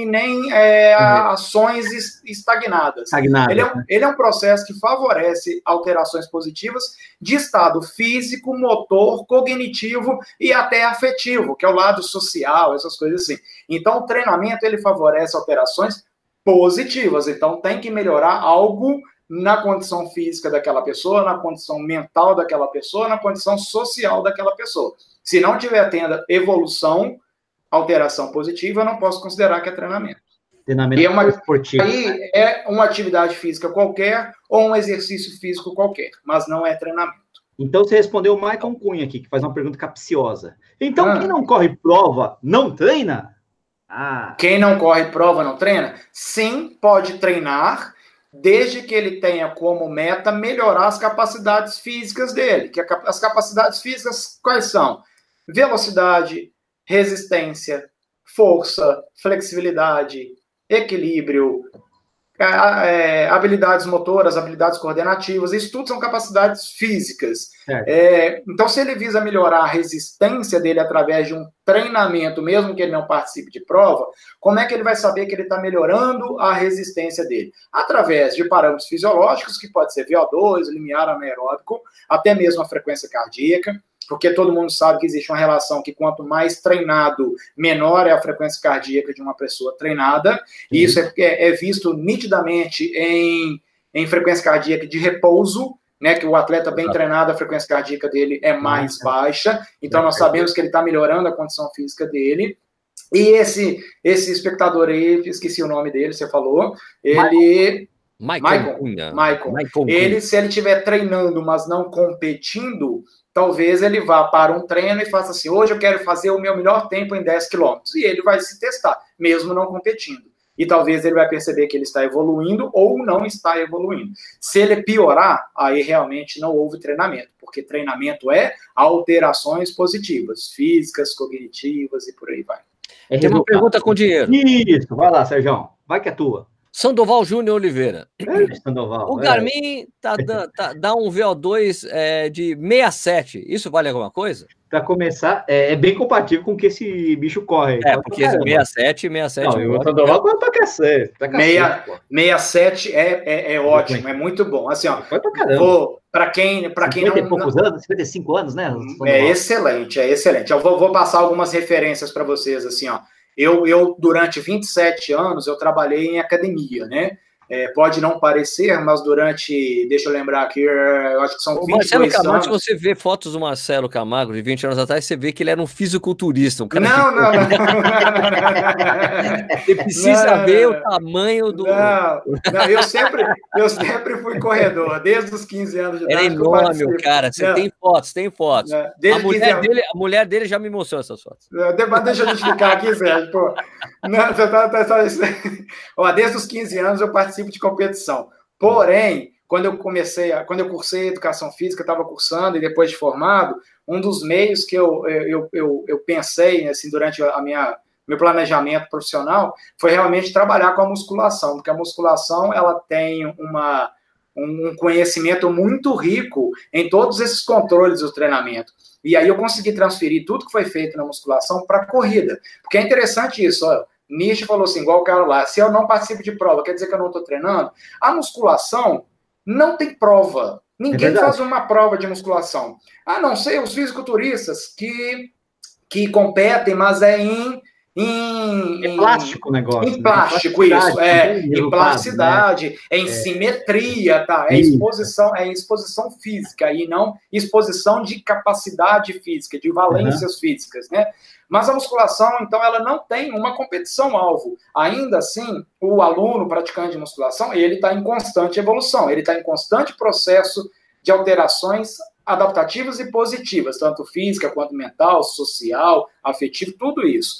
ações estagnadas. Ele é um processo que favorece alterações positivas de estado físico, motor, cognitivo e até afetivo, que é o lado social, essas coisas assim. Então, o treinamento ele favorece alterações positivas. Então, tem que melhorar algo na condição física daquela pessoa, na condição mental daquela pessoa, na condição social daquela pessoa. Se não tiver tendo evolução, alteração positiva, eu não posso considerar que é treinamento. Treinamento esportivo. Aí é uma atividade física qualquer ou um exercício físico qualquer, mas não é treinamento. Então você respondeu o Maicon Cunha aqui, que faz uma pergunta capciosa. Então quem não corre prova não treina? Quem não corre prova não treina? Sim, pode treinar, desde que ele tenha como meta melhorar as capacidades físicas dele. Que as capacidades físicas quais são? Velocidade, resistência, força, flexibilidade, equilíbrio, habilidades motoras, habilidades coordenativas, isso tudo são capacidades físicas. Então, se ele visa melhorar a resistência dele através de um treinamento, mesmo que ele não participe de prova, como é que ele vai saber que ele está melhorando a resistência dele? Através de parâmetros fisiológicos, que pode ser VO2, limiar anaeróbico, até mesmo a frequência cardíaca, porque todo mundo sabe que existe uma relação que quanto mais treinado, menor é a frequência cardíaca de uma pessoa treinada, e isso é visto nitidamente em frequência cardíaca de repouso, né, que o atleta bem treinado, a frequência cardíaca dele é mais baixa, então nós sabemos que ele está melhorando a condição física dele. E esse espectador aí, esqueci o nome dele, você falou, ele... Maicon. Ele, se ele estiver treinando, mas não competindo, talvez ele vá para um treino e faça assim, hoje eu quero fazer o meu melhor tempo em 10 km. E ele vai se testar, mesmo não competindo. E talvez ele vai perceber que ele está evoluindo ou não está evoluindo. Se ele piorar, aí realmente não houve treinamento, porque treinamento é alterações positivas, físicas, cognitivas e por aí vai. Tem uma pergunta com dinheiro. Isso, vai lá, Sérgio. Vai que é tua. Sandoval Júnior Oliveira. Sandoval, o Garmin dá um VO2 de 67. Isso vale alguma coisa? Para começar, é bem compatível com o que esse bicho corre. Porque 67. Não, o Sandoval tá crescendo. 67 é ótimo, é muito bom. Assim, ó, para quem não... poucos anos, 55 anos, né? Sandoval. É excelente. Eu vou passar algumas referências para vocês, assim, ó. Eu, durante 27 anos, eu trabalhei em academia, né? Pode não parecer, mas durante, deixa eu lembrar aqui, eu acho que são 22 Marcelo Camargo, anos. se você vê fotos do Marcelo Camargo de 20 anos atrás, você vê que ele era um fisiculturista. Um cara não. Você precisa ver o tamanho do... Não, eu sempre fui corredor, desde os 15 anos de idade. Era enorme o cara, você tem fotos. A mulher dele já me mostrou essas fotos. Deixa eu justificar aqui, Sérgio. Pô. Desde os 15 anos eu participo de competição. Porém, quando eu cursei educação física, estava cursando e depois de formado, um dos meios que eu pensei assim, durante meu planejamento profissional foi realmente trabalhar com a musculação, porque a musculação ela tem um conhecimento muito rico em todos esses controles do treinamento. E aí eu consegui transferir tudo que foi feito na musculação para a corrida. Porque é interessante isso, ó. Nietzsche falou assim, igual o cara lá, se eu não participo de prova, quer dizer que eu não estou treinando? A musculação não tem prova. Ninguém faz uma prova de musculação. A não ser os fisiculturistas que competem, mas é em plástico o negócio. Em plástico, isso. Em plasticidade, né? Em simetria, tá? É exposição física e não exposição de capacidade física, de valências físicas, né? Mas a musculação, então, ela não tem uma competição-alvo. Ainda assim, o aluno praticante de musculação, ele está em constante evolução, ele está em constante processo de alterações adaptativas e positivas, tanto física quanto mental, social, afetivo, tudo isso.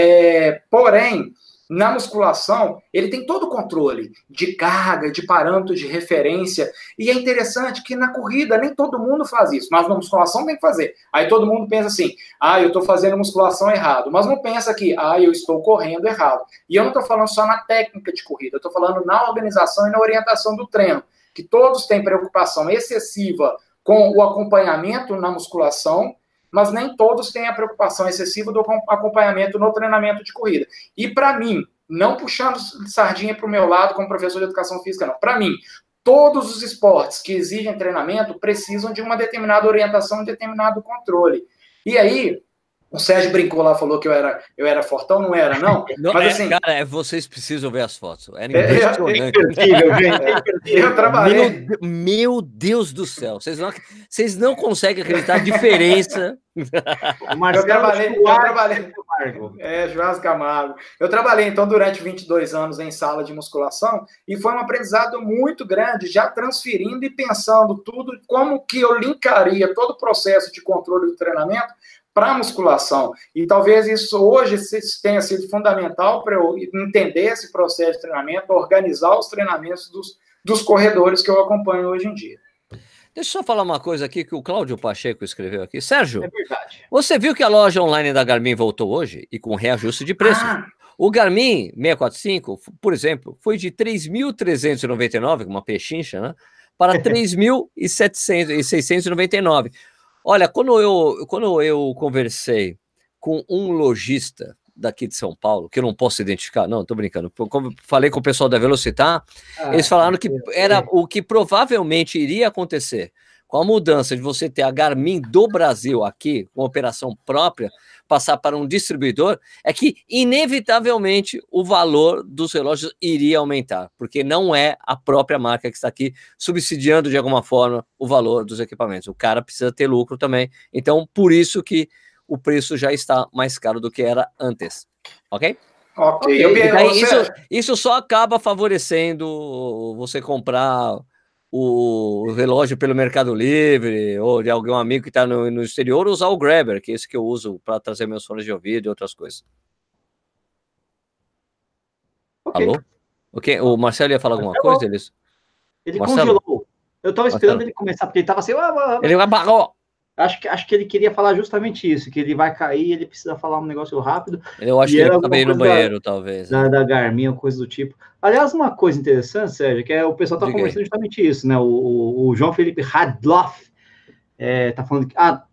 Porém, na musculação, ele tem todo o controle de carga, de parâmetros de referência, e é interessante que na corrida nem todo mundo faz isso, mas na musculação tem que fazer. Aí todo mundo pensa assim, eu estou fazendo musculação errado, mas não pensa que, eu estou correndo errado. E eu não estou falando só na técnica de corrida, eu estou falando na organização e na orientação do treino, que todos têm preocupação excessiva com o acompanhamento na musculação, mas nem todos têm a preocupação excessiva do acompanhamento no treinamento de corrida. E para mim, não puxando sardinha para o meu lado como professor de educação física, não. Para mim, todos os esportes que exigem treinamento precisam de uma determinada orientação, um determinado controle. E aí, o Sérgio brincou lá, falou que eu era fortão, não era, não? Mas assim... Cara, vocês precisam ver as fotos. Era impressionante. Eu trabalhei... Meu Deus do céu. Vocês não conseguem acreditar a diferença. Eu trabalhei... Joás Camargo. Eu trabalhei, então, durante 22 anos em sala de musculação e foi um aprendizado muito grande, já transferindo e pensando tudo, como que eu linkaria todo o processo de controle do treinamento para a musculação. E talvez isso hoje tenha sido fundamental para eu entender esse processo de treinamento, organizar os treinamentos dos corredores que eu acompanho hoje em dia. Deixa eu só falar uma coisa aqui que o Cláudio Pacheco escreveu aqui. Sérgio, você viu que a loja online da Garmin voltou hoje e com reajuste de preço? O Garmin 645, por exemplo, foi de 3.399, uma pechincha, né, para 3.699. Olha, quando eu conversei com um lojista daqui de São Paulo, que eu não posso identificar, não, tô brincando, como falei com o pessoal da Velocitar, eles falaram que era o que provavelmente iria acontecer com a mudança de você ter a Garmin do Brasil aqui, com operação própria, passar para um distribuidor, é que, inevitavelmente, o valor dos relógios iria aumentar, porque não é a própria marca que está aqui subsidiando, de alguma forma, o valor dos equipamentos. O cara precisa ter lucro também. Então, por isso que o preço já está mais caro do que era antes. Ok? Ok. Isso só acaba favorecendo você comprar o relógio pelo Mercado Livre, ou de algum amigo que está no exterior, usar o Grabber, que é esse que eu uso para trazer meus fones de ouvido e outras coisas. Okay. Alô? Okay. O Marcelo ia falar alguma coisa? Ele congelou. Eu estava esperando ele começar, porque ele estava assim... Ele apagou. Acho que ele queria falar justamente isso, que ele vai cair, ele precisa falar um negócio rápido. Eu acho que ele acaba indo no banheiro, talvez. Da Garmin, ou coisa do tipo. Aliás, uma coisa interessante, Sérgio, que o pessoal está conversando justamente isso, né? O João Felipe Radloff está falando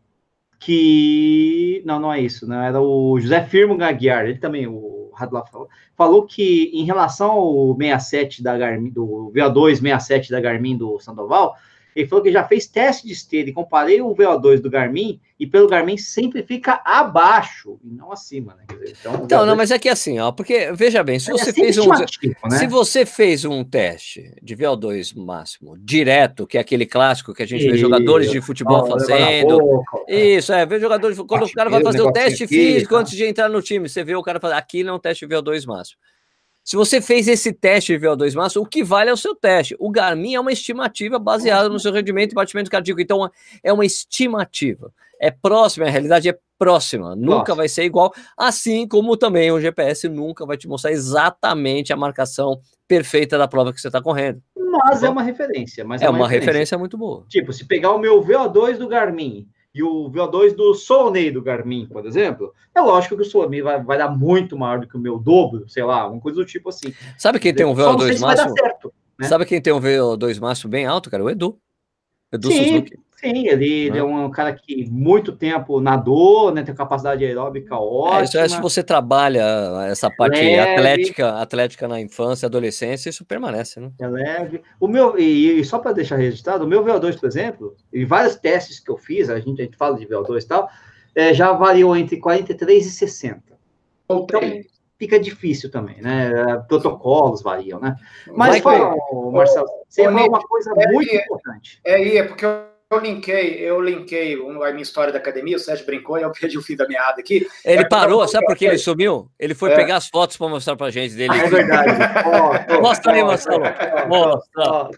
que... Não é isso, né? Era o José Firmo Gaguiar, ele também, o Radloff falou que em relação ao 67 da Garmin, do VO2 67 da Garmin do Sandoval, ele falou que já fez teste de esteira e comparei o VO2 do Garmin e pelo Garmin sempre fica abaixo e não acima, né? Então, não, mas é que assim, ó, porque veja bem, se você fez um teste de VO2 máximo direto, que é aquele clássico que a gente vê jogadores de futebol fazendo, vê jogadores, quando o cara vai fazer o teste físico antes de entrar no time, você vê o cara fazer, aquilo é um teste de VO2 máximo. Se você fez esse teste de VO2 máximo, o que vale é o seu teste. O Garmin é uma estimativa baseada no seu rendimento e batimento cardíaco. Então, é uma estimativa. É próxima, a realidade é próxima. Nunca vai ser igual. Assim como também o GPS nunca vai te mostrar exatamente a marcação perfeita da prova que você está correndo. Mas é uma referência. É uma referência muito boa. Tipo, se pegar o meu VO2 do Garmin e o VO2 do Soulney do Garmin, por exemplo, é lógico que o Soulney vai dar muito maior do que o meu dobro, sei lá, uma coisa do tipo assim. Sabe quem tem um VO2 máximo? Vai dar certo. né? Sabe quem tem um VO2 máximo bem alto, cara? O Edu. Edu Suzuki. Sim, ele é um cara que muito tempo nadou, né? Tem capacidade aeróbica ótima. Isso é se você trabalha essa parte atlética na infância, adolescência, isso permanece, né? É leve. O meu, e só para deixar registrado, o meu VO2, por exemplo, e vários testes que eu fiz, a gente fala de VO2 e tal, já variou entre 43 e 60. Então, fica difícil também, né? Protocolos variam, né? Mas fala, Marcelo, você falou uma coisa muito importante. É porque eu linkei a minha história da academia, o Sérgio brincou e eu perdi o fim da meada aqui. Ele parou, sabe por que ele sumiu? Ele foi pegar as fotos para mostrar pra gente dele. É verdade. Mostra aí, Marcelo. Mostra.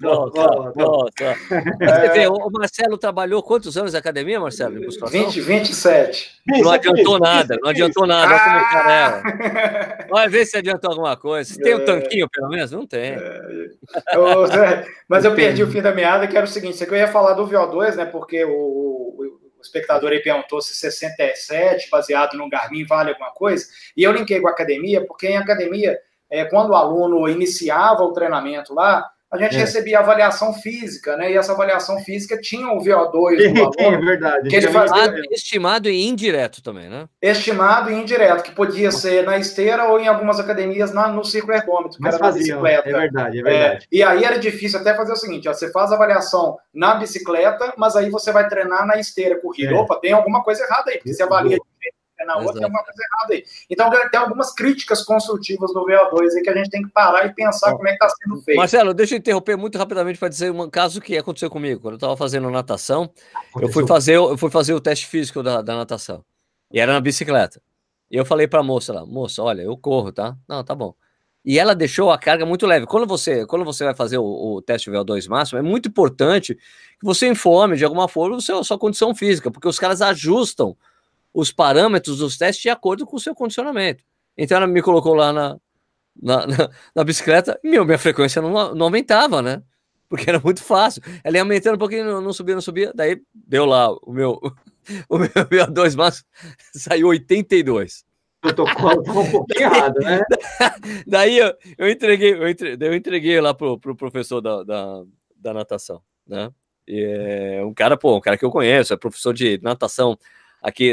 Você vê, o Marcelo trabalhou quantos anos na academia, Marcelo? 27. Não adiantou nada, olha como o cara é. Vai ver se adiantou alguma coisa. Você tem um tanquinho, pelo menos? Não tem. Mas eu perdi o fim da meada, que era o seguinte, você que eu ia falar do VO2, né, porque o espectador aí perguntou se 67, baseado no Garmin, vale alguma coisa, e eu linkei com a academia, porque em academia, quando o aluno iniciava o treinamento lá, a gente recebia avaliação física, né? E essa avaliação física tinha o VO2 do aluno. É verdade. Que ele fazia... Estimado e indireto também, né? Estimado e indireto, que podia ser na esteira ou em algumas academias no círculo ergômetro, que era na bicicleta. É verdade. E aí era difícil até fazer o seguinte, ó, você faz a avaliação na bicicleta, mas aí você vai treinar na esteira, corrida. Opa, tem alguma coisa errada aí, porque você avalia na outra, tem alguma coisa errada aí. Então, tem algumas críticas construtivas do VO2 aí que a gente tem que parar e pensar como é que está sendo feito. Marcelo, deixa eu interromper muito rapidamente para dizer um caso que aconteceu comigo. Quando eu estava fazendo natação, eu fui fazer o teste físico da natação. E era na bicicleta. E eu falei para a moça lá, moça, olha, eu corro, tá? Não, tá bom. E ela deixou a carga muito leve. Quando você vai fazer o teste VO2 máximo, é muito importante que você informe, de alguma forma, a sua condição física, porque os caras ajustam os parâmetros dos testes de acordo com o seu condicionamento. Então ela me colocou lá na bicicleta e minha frequência não aumentava, né? Porque era muito fácil. Ela ia aumentando um pouquinho, não subia. Daí deu lá o meu VO2 máximo, saiu 82. O protocolo estava um pouquinho errado, né? Daí eu entreguei lá pro professor da natação, né? E é um cara que eu conheço, é professor de natação aqui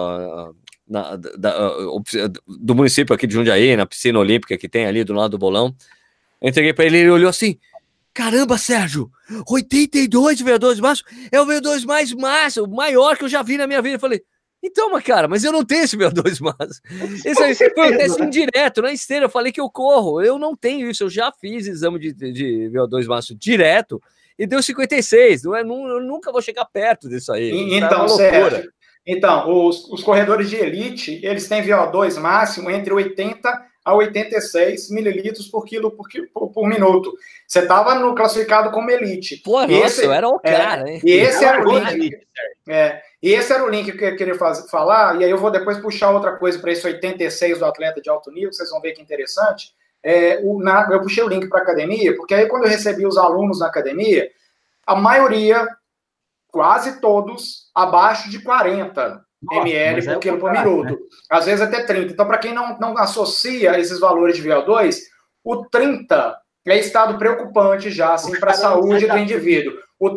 do município aqui de Jundiaí, na piscina olímpica que tem ali do lado do bolão. Eu entreguei para ele, ele olhou assim, caramba, Sérgio, 82 VO2 máximo, é o VO2 mais máximo, maior que eu já vi na minha vida. Eu falei, então, mas eu não tenho esse VO2 máximo. Esse aí foi um teste indireto, na esteira, eu falei que eu corro, eu não tenho isso, eu já fiz exame de VO2 máximo direto, e deu 56, eu nunca vou chegar perto disso aí. Então, Sérgio, os corredores de elite, eles têm VO2 máximo entre 80 a 86 mililitros por quilo por minuto. Você estava classificado como elite. Pô, nossa, eu era o cara, hein? E esse era o link. E esse era o link que eu queria falar, e aí eu vou depois puxar outra coisa para esse 86 do atleta de alto nível, vocês vão ver que interessante. Eu puxei o link para a academia, porque aí quando eu recebi os alunos na academia, a maioria, quase todos, abaixo de 40 ml por quilo por minuto. Né? Às vezes até 30. Então, para quem não associa esses valores de VO2, o 30 é estado preocupante já, assim, para a saúde do indivíduo.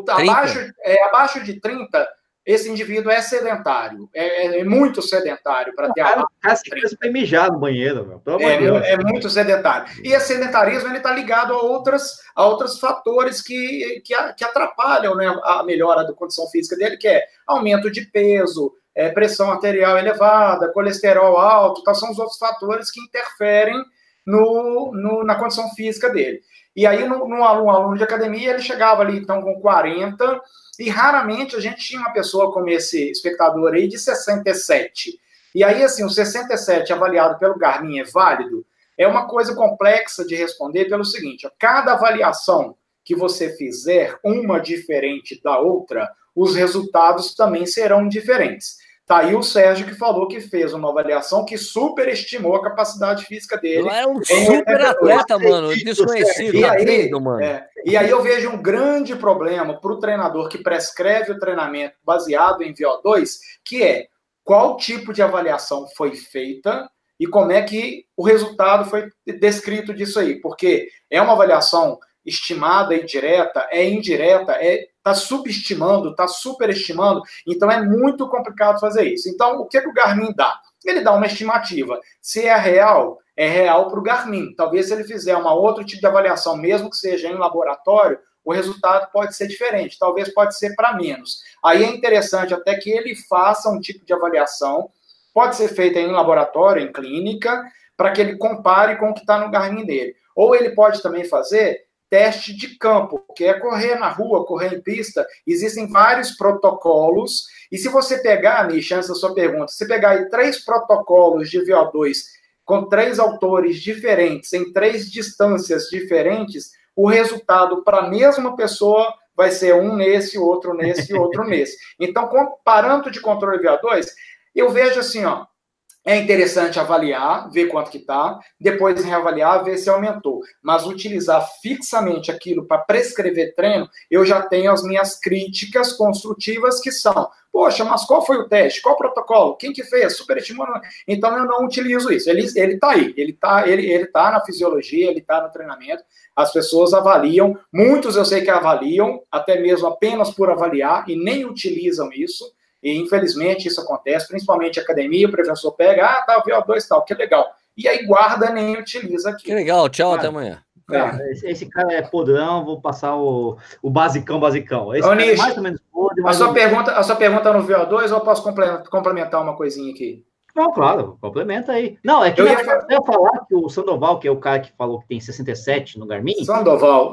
Abaixo de 30, esse indivíduo é sedentário. É muito sedentário para ter a para mijar no banheiro, meu. É muito sedentário. E esse sedentarismo está ligado a outros fatores que atrapalham, né, a melhora da condição física dele, que é aumento de peso, pressão arterial elevada, colesterol alto, então são os outros fatores que interferem na condição física dele. E aí, um aluno de academia, ele chegava ali, então, com 40, e raramente a gente tinha uma pessoa como esse espectador aí de 67. E aí, assim, o 67 avaliado pelo Garmin é válido? É uma coisa complexa de responder pelo seguinte, ó, cada avaliação que você fizer, uma diferente da outra, os resultados também serão diferentes. Tá aí o Sérgio que falou que fez uma avaliação que superestimou a capacidade física dele. Não é um super atleta, mano, desconhecido. E aí eu vejo um grande problema para o treinador que prescreve o treinamento baseado em VO2, que é qual tipo de avaliação foi feita e como é que o resultado foi descrito disso aí. Porque é uma avaliação estimada e direta, é indireta, está subestimando, está superestimando, então é muito complicado fazer isso. Então, o que o Garmin dá? Ele dá uma estimativa. Se é real para o Garmin. Talvez se ele fizer uma outro tipo de avaliação, mesmo que seja em laboratório, o resultado pode ser diferente, talvez pode ser para menos. Aí é interessante até que ele faça um tipo de avaliação, pode ser feita em laboratório, em clínica, para que ele compare com o que está no Garmin dele. Ou ele pode também fazer teste de campo, que é correr na rua, correr em pista. Existem vários protocolos, e se você pegar, Misha, antes da sua pergunta, se pegar aí 3 protocolos de VO2 com 3 autores diferentes, em 3 distâncias diferentes, o resultado para a mesma pessoa vai ser um nesse, outro nesse e outro nesse. Então, com parâmetro de controle VO2, eu vejo assim, ó, é interessante avaliar, ver quanto que está, depois reavaliar, ver se aumentou. Mas utilizar fixamente aquilo para prescrever treino, eu já tenho as minhas críticas construtivas que são, poxa, mas qual foi o teste? Qual o protocolo? Quem que fez? Superestimando? Então eu não utilizo isso. Ele está aí, ele tá na fisiologia, ele está no treinamento, as pessoas avaliam, muitos eu sei que avaliam, até mesmo apenas por avaliar, e nem utilizam isso. E, infelizmente, isso acontece, principalmente academia, o professor pega, tá, o VO2 tal, que legal. E aí guarda, nem utiliza aqui. Que legal, tchau, até amanhã. Esse cara é podrão, vou passar o basicão. Esse cara é mais ou menos podre. A sua pergunta no VO2 ou eu posso complementar uma coisinha aqui? Não, claro, complementa aí. Não, é que eu ia falar que o Sandoval, que é o cara que falou que tem 67 no Garmin. Sandoval,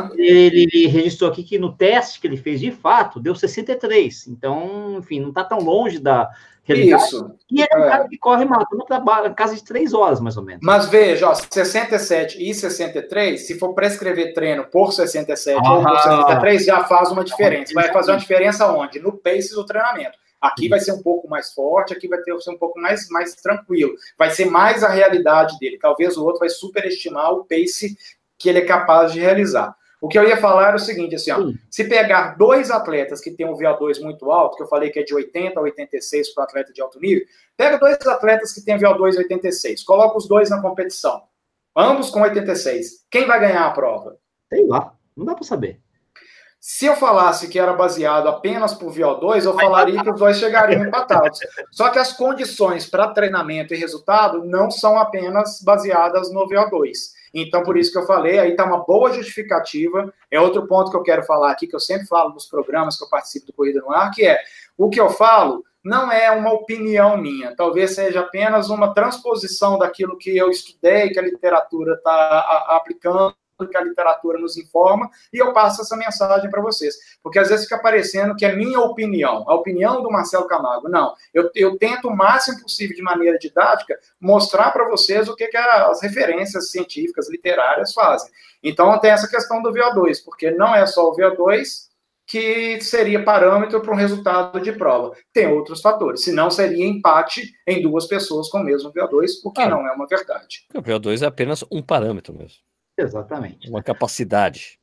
ele registrou aqui que no teste que ele fez de fato, deu 63. Então, enfim, não está tão longe da realidade. Isso. E ele é um cara que corre maratona para casa de 3 horas, mais ou menos. Mas veja, ó, 67 e 63, se for prescrever treino por 67 ou por 63, já faz uma diferença. Vai fazer uma diferença onde? No pace do treinamento. Aqui vai ser um pouco mais forte, aqui vai ser um pouco mais tranquilo. Vai ser mais a realidade dele. Talvez o outro vai superestimar o pace que ele é capaz de realizar. O que eu ia falar era o seguinte, assim, ó, se pegar 2 atletas que têm um VO2 muito alto, que eu falei que é de 80 a 86 para o atleta de alto nível, pega 2 atletas que têm VO2 86, coloca os 2 na competição, ambos com 86. Quem vai ganhar a prova? Sei lá, não dá para saber. Se eu falasse que era baseado apenas por VO2, eu falaria que os 2 chegariam empatados. Só que as condições para treinamento e resultado não são apenas baseadas no VO2. Então, por isso que eu falei, aí está uma boa justificativa. É outro ponto que eu quero falar aqui, que eu sempre falo nos programas que eu participo do Corrida no Ar, que é, o que eu falo não é uma opinião minha, talvez seja apenas uma transposição daquilo que eu estudei, que a literatura está aplicando, que a literatura nos informa, e eu passo essa mensagem para vocês. Porque às vezes fica parecendo que é minha opinião, a opinião do Marcelo Camargo. Não, eu tento o máximo possível, de maneira didática, mostrar para vocês o que as referências científicas, literárias fazem. Então tem essa questão do VO2, porque não é só o VO2 que seria parâmetro para um resultado de prova. Tem outros fatores, senão seria empate em 2 pessoas com o mesmo VO2, o que não é uma verdade. O VO2 é apenas um parâmetro mesmo. Exatamente. Uma capacidade.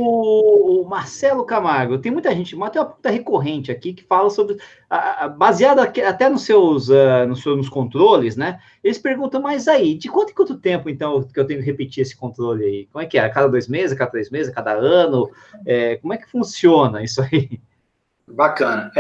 O Marcelo Camargo, tem muita gente, mas tem uma pergunta recorrente aqui que fala sobre, baseada até nos nos controles, né? Eles perguntam, mas aí, de quanto tempo, então, que eu tenho que repetir esse controle aí? Como é que é? A cada 2 meses, a cada 3 meses, a cada ano? Como é que funciona isso aí? Bacana.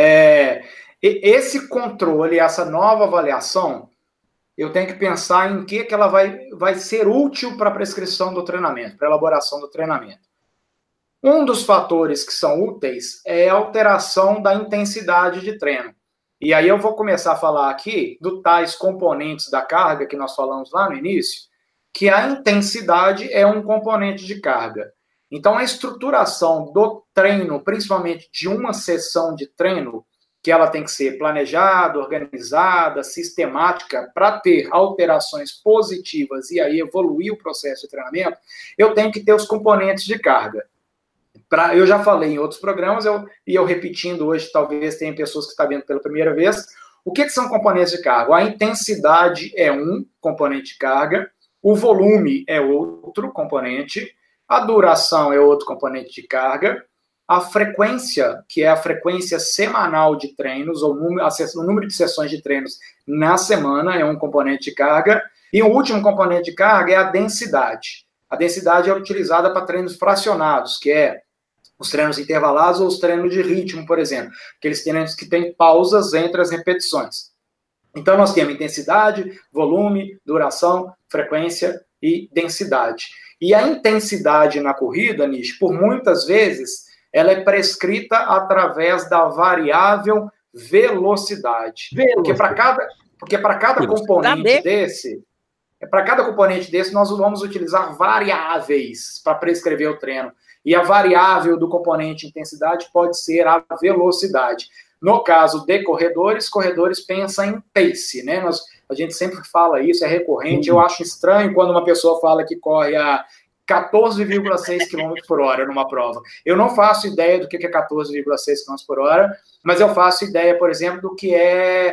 Esse controle, essa nova avaliação, eu tenho que pensar em que ela vai ser útil para a prescrição do treinamento, para a elaboração do treinamento. Um dos fatores que são úteis é a alteração da intensidade de treino. E aí eu vou começar a falar aqui dos tais componentes da carga que nós falamos lá no início, que a intensidade é um componente de carga. Então, a estruturação do treino, principalmente de uma sessão de treino, que ela tem que ser planejada, organizada, sistemática, para ter alterações positivas e aí evoluir o processo de treinamento, eu tenho que ter os componentes de carga. Eu já falei em outros programas, e eu repetindo hoje, talvez tenha pessoas que estão vendo pela primeira vez, o que são componentes de carga? A intensidade é um componente de carga, o volume é outro componente, a duração é outro componente de carga, a frequência, que é a frequência semanal de treinos, ou o número de sessões de treinos na semana é um componente de carga, e o último componente de carga é a densidade. a densidade é utilizada para treinos fracionados, que é os treinos intervalados ou os treinos de ritmo, por exemplo, aqueles treinos que têm pausas entre as repetições. Então, nós temos intensidade, volume, duração, frequência e densidade. E a intensidade na corrida, Nish, por muitas vezes, ela é prescrita através da variável velocidade. Porque para cada componente desse, nós vamos utilizar variáveis para prescrever o treino. E a variável do componente intensidade pode ser a velocidade. No caso de corredores pensam em pace, né? A gente sempre fala isso, é recorrente. Eu acho estranho quando uma pessoa fala que corre a 14,6 km por hora numa prova. Eu não faço ideia do que é 14,6 km por hora, mas eu faço ideia, por exemplo, do que é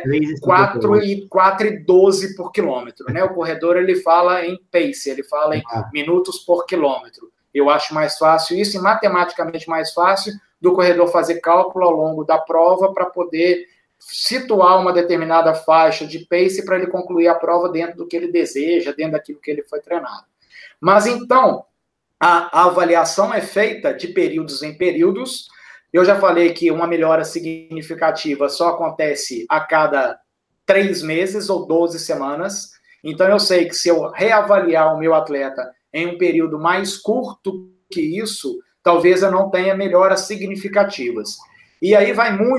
4,12 por quilômetro, né? O corredor, ele fala em pace, ele fala em minutos por quilômetro. Eu acho mais fácil isso, e matematicamente mais fácil do corredor fazer cálculo ao longo da prova para poder situar uma determinada faixa de pace para ele concluir a prova dentro do que ele deseja, dentro daquilo que ele foi treinado. Mas então, a avaliação é feita de períodos em períodos. Eu já falei que uma melhora significativa só acontece a cada 3 meses ou 12 semanas. Então, eu sei que se eu reavaliar o meu atleta em um período mais curto que isso, talvez eu não tenha melhoras significativas. E aí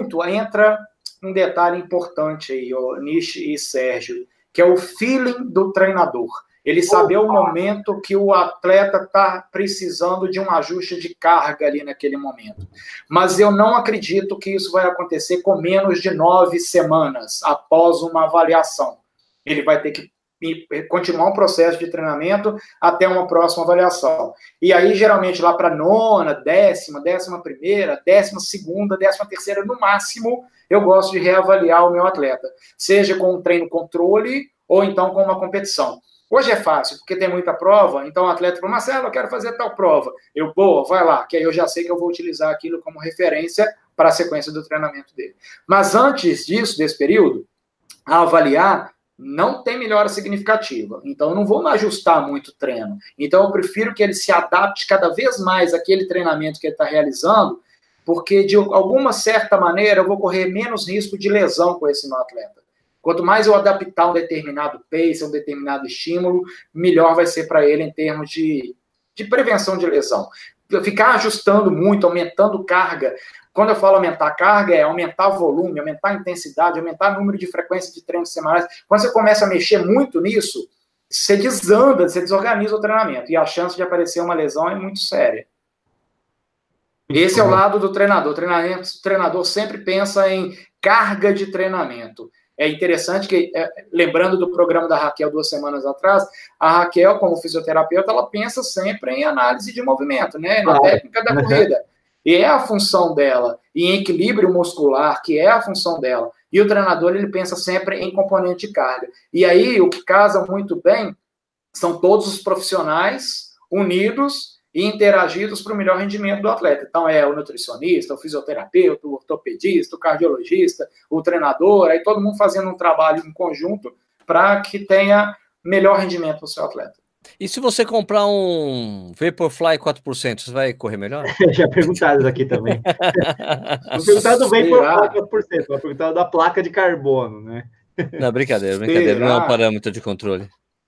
entra um detalhe importante aí, Nish e Sérgio, que é o feeling do treinador. Ele saber o momento que o atleta está precisando de um ajuste de carga ali naquele momento. Mas eu não acredito que isso vai acontecer com menos de 9 semanas após uma avaliação. Ele vai ter que continuar um processo de treinamento até uma próxima avaliação. E aí, geralmente, lá para 9ª, 10ª, 11ª, 12ª, 13ª, no máximo, eu gosto de reavaliar o meu atleta. Seja com um treino controle ou então com uma competição. Hoje é fácil, porque tem muita prova, então o atleta fala, Marcelo, eu quero fazer tal prova. Boa, vai lá, que aí eu já sei que eu vou utilizar aquilo como referência para a sequência do treinamento dele. Mas antes disso, desse período, a avaliar não tem melhora significativa. Então, eu não vou ajustar muito o treino. Então, eu prefiro que ele se adapte cada vez mais àquele treinamento que ele está realizando, porque, de alguma certa maneira, eu vou correr menos risco de lesão com esse meu atleta. Quanto mais eu adaptar um determinado pace, um determinado estímulo, melhor vai ser para ele em termos de prevenção de lesão. Ficar ajustando muito, aumentando carga. Quando eu falo aumentar carga, é aumentar volume, aumentar intensidade, aumentar o número de frequência de treinos semanais. Quando você começa a mexer muito nisso, você desanda, você desorganiza o treinamento. E a chance de aparecer uma lesão é muito séria. Esse é o lado do treinador. O treinador sempre pensa em carga de treinamento. É interessante que, lembrando do programa da Raquel 2 semanas atrás, a Raquel, como fisioterapeuta, ela pensa sempre em análise de movimento, né? Na técnica da corrida. E é a função dela. E em equilíbrio muscular, que é a função dela. E o treinador, ele pensa sempre em componente de carga. E aí, o que casa muito bem são todos os profissionais unidos e interagidos para o melhor rendimento do atleta. Então, é o nutricionista, o fisioterapeuta, o ortopedista, o cardiologista, o treinador, aí todo mundo fazendo um trabalho em conjunto para que tenha melhor rendimento para o seu atleta. E se você comprar um Vaporfly 4%, você vai correr melhor? Já perguntaram isso aqui também. Não perguntaram do Vaporfly 4%, mas perguntaram da placa de carbono, né? Não, brincadeira. Não é um parâmetro de controle.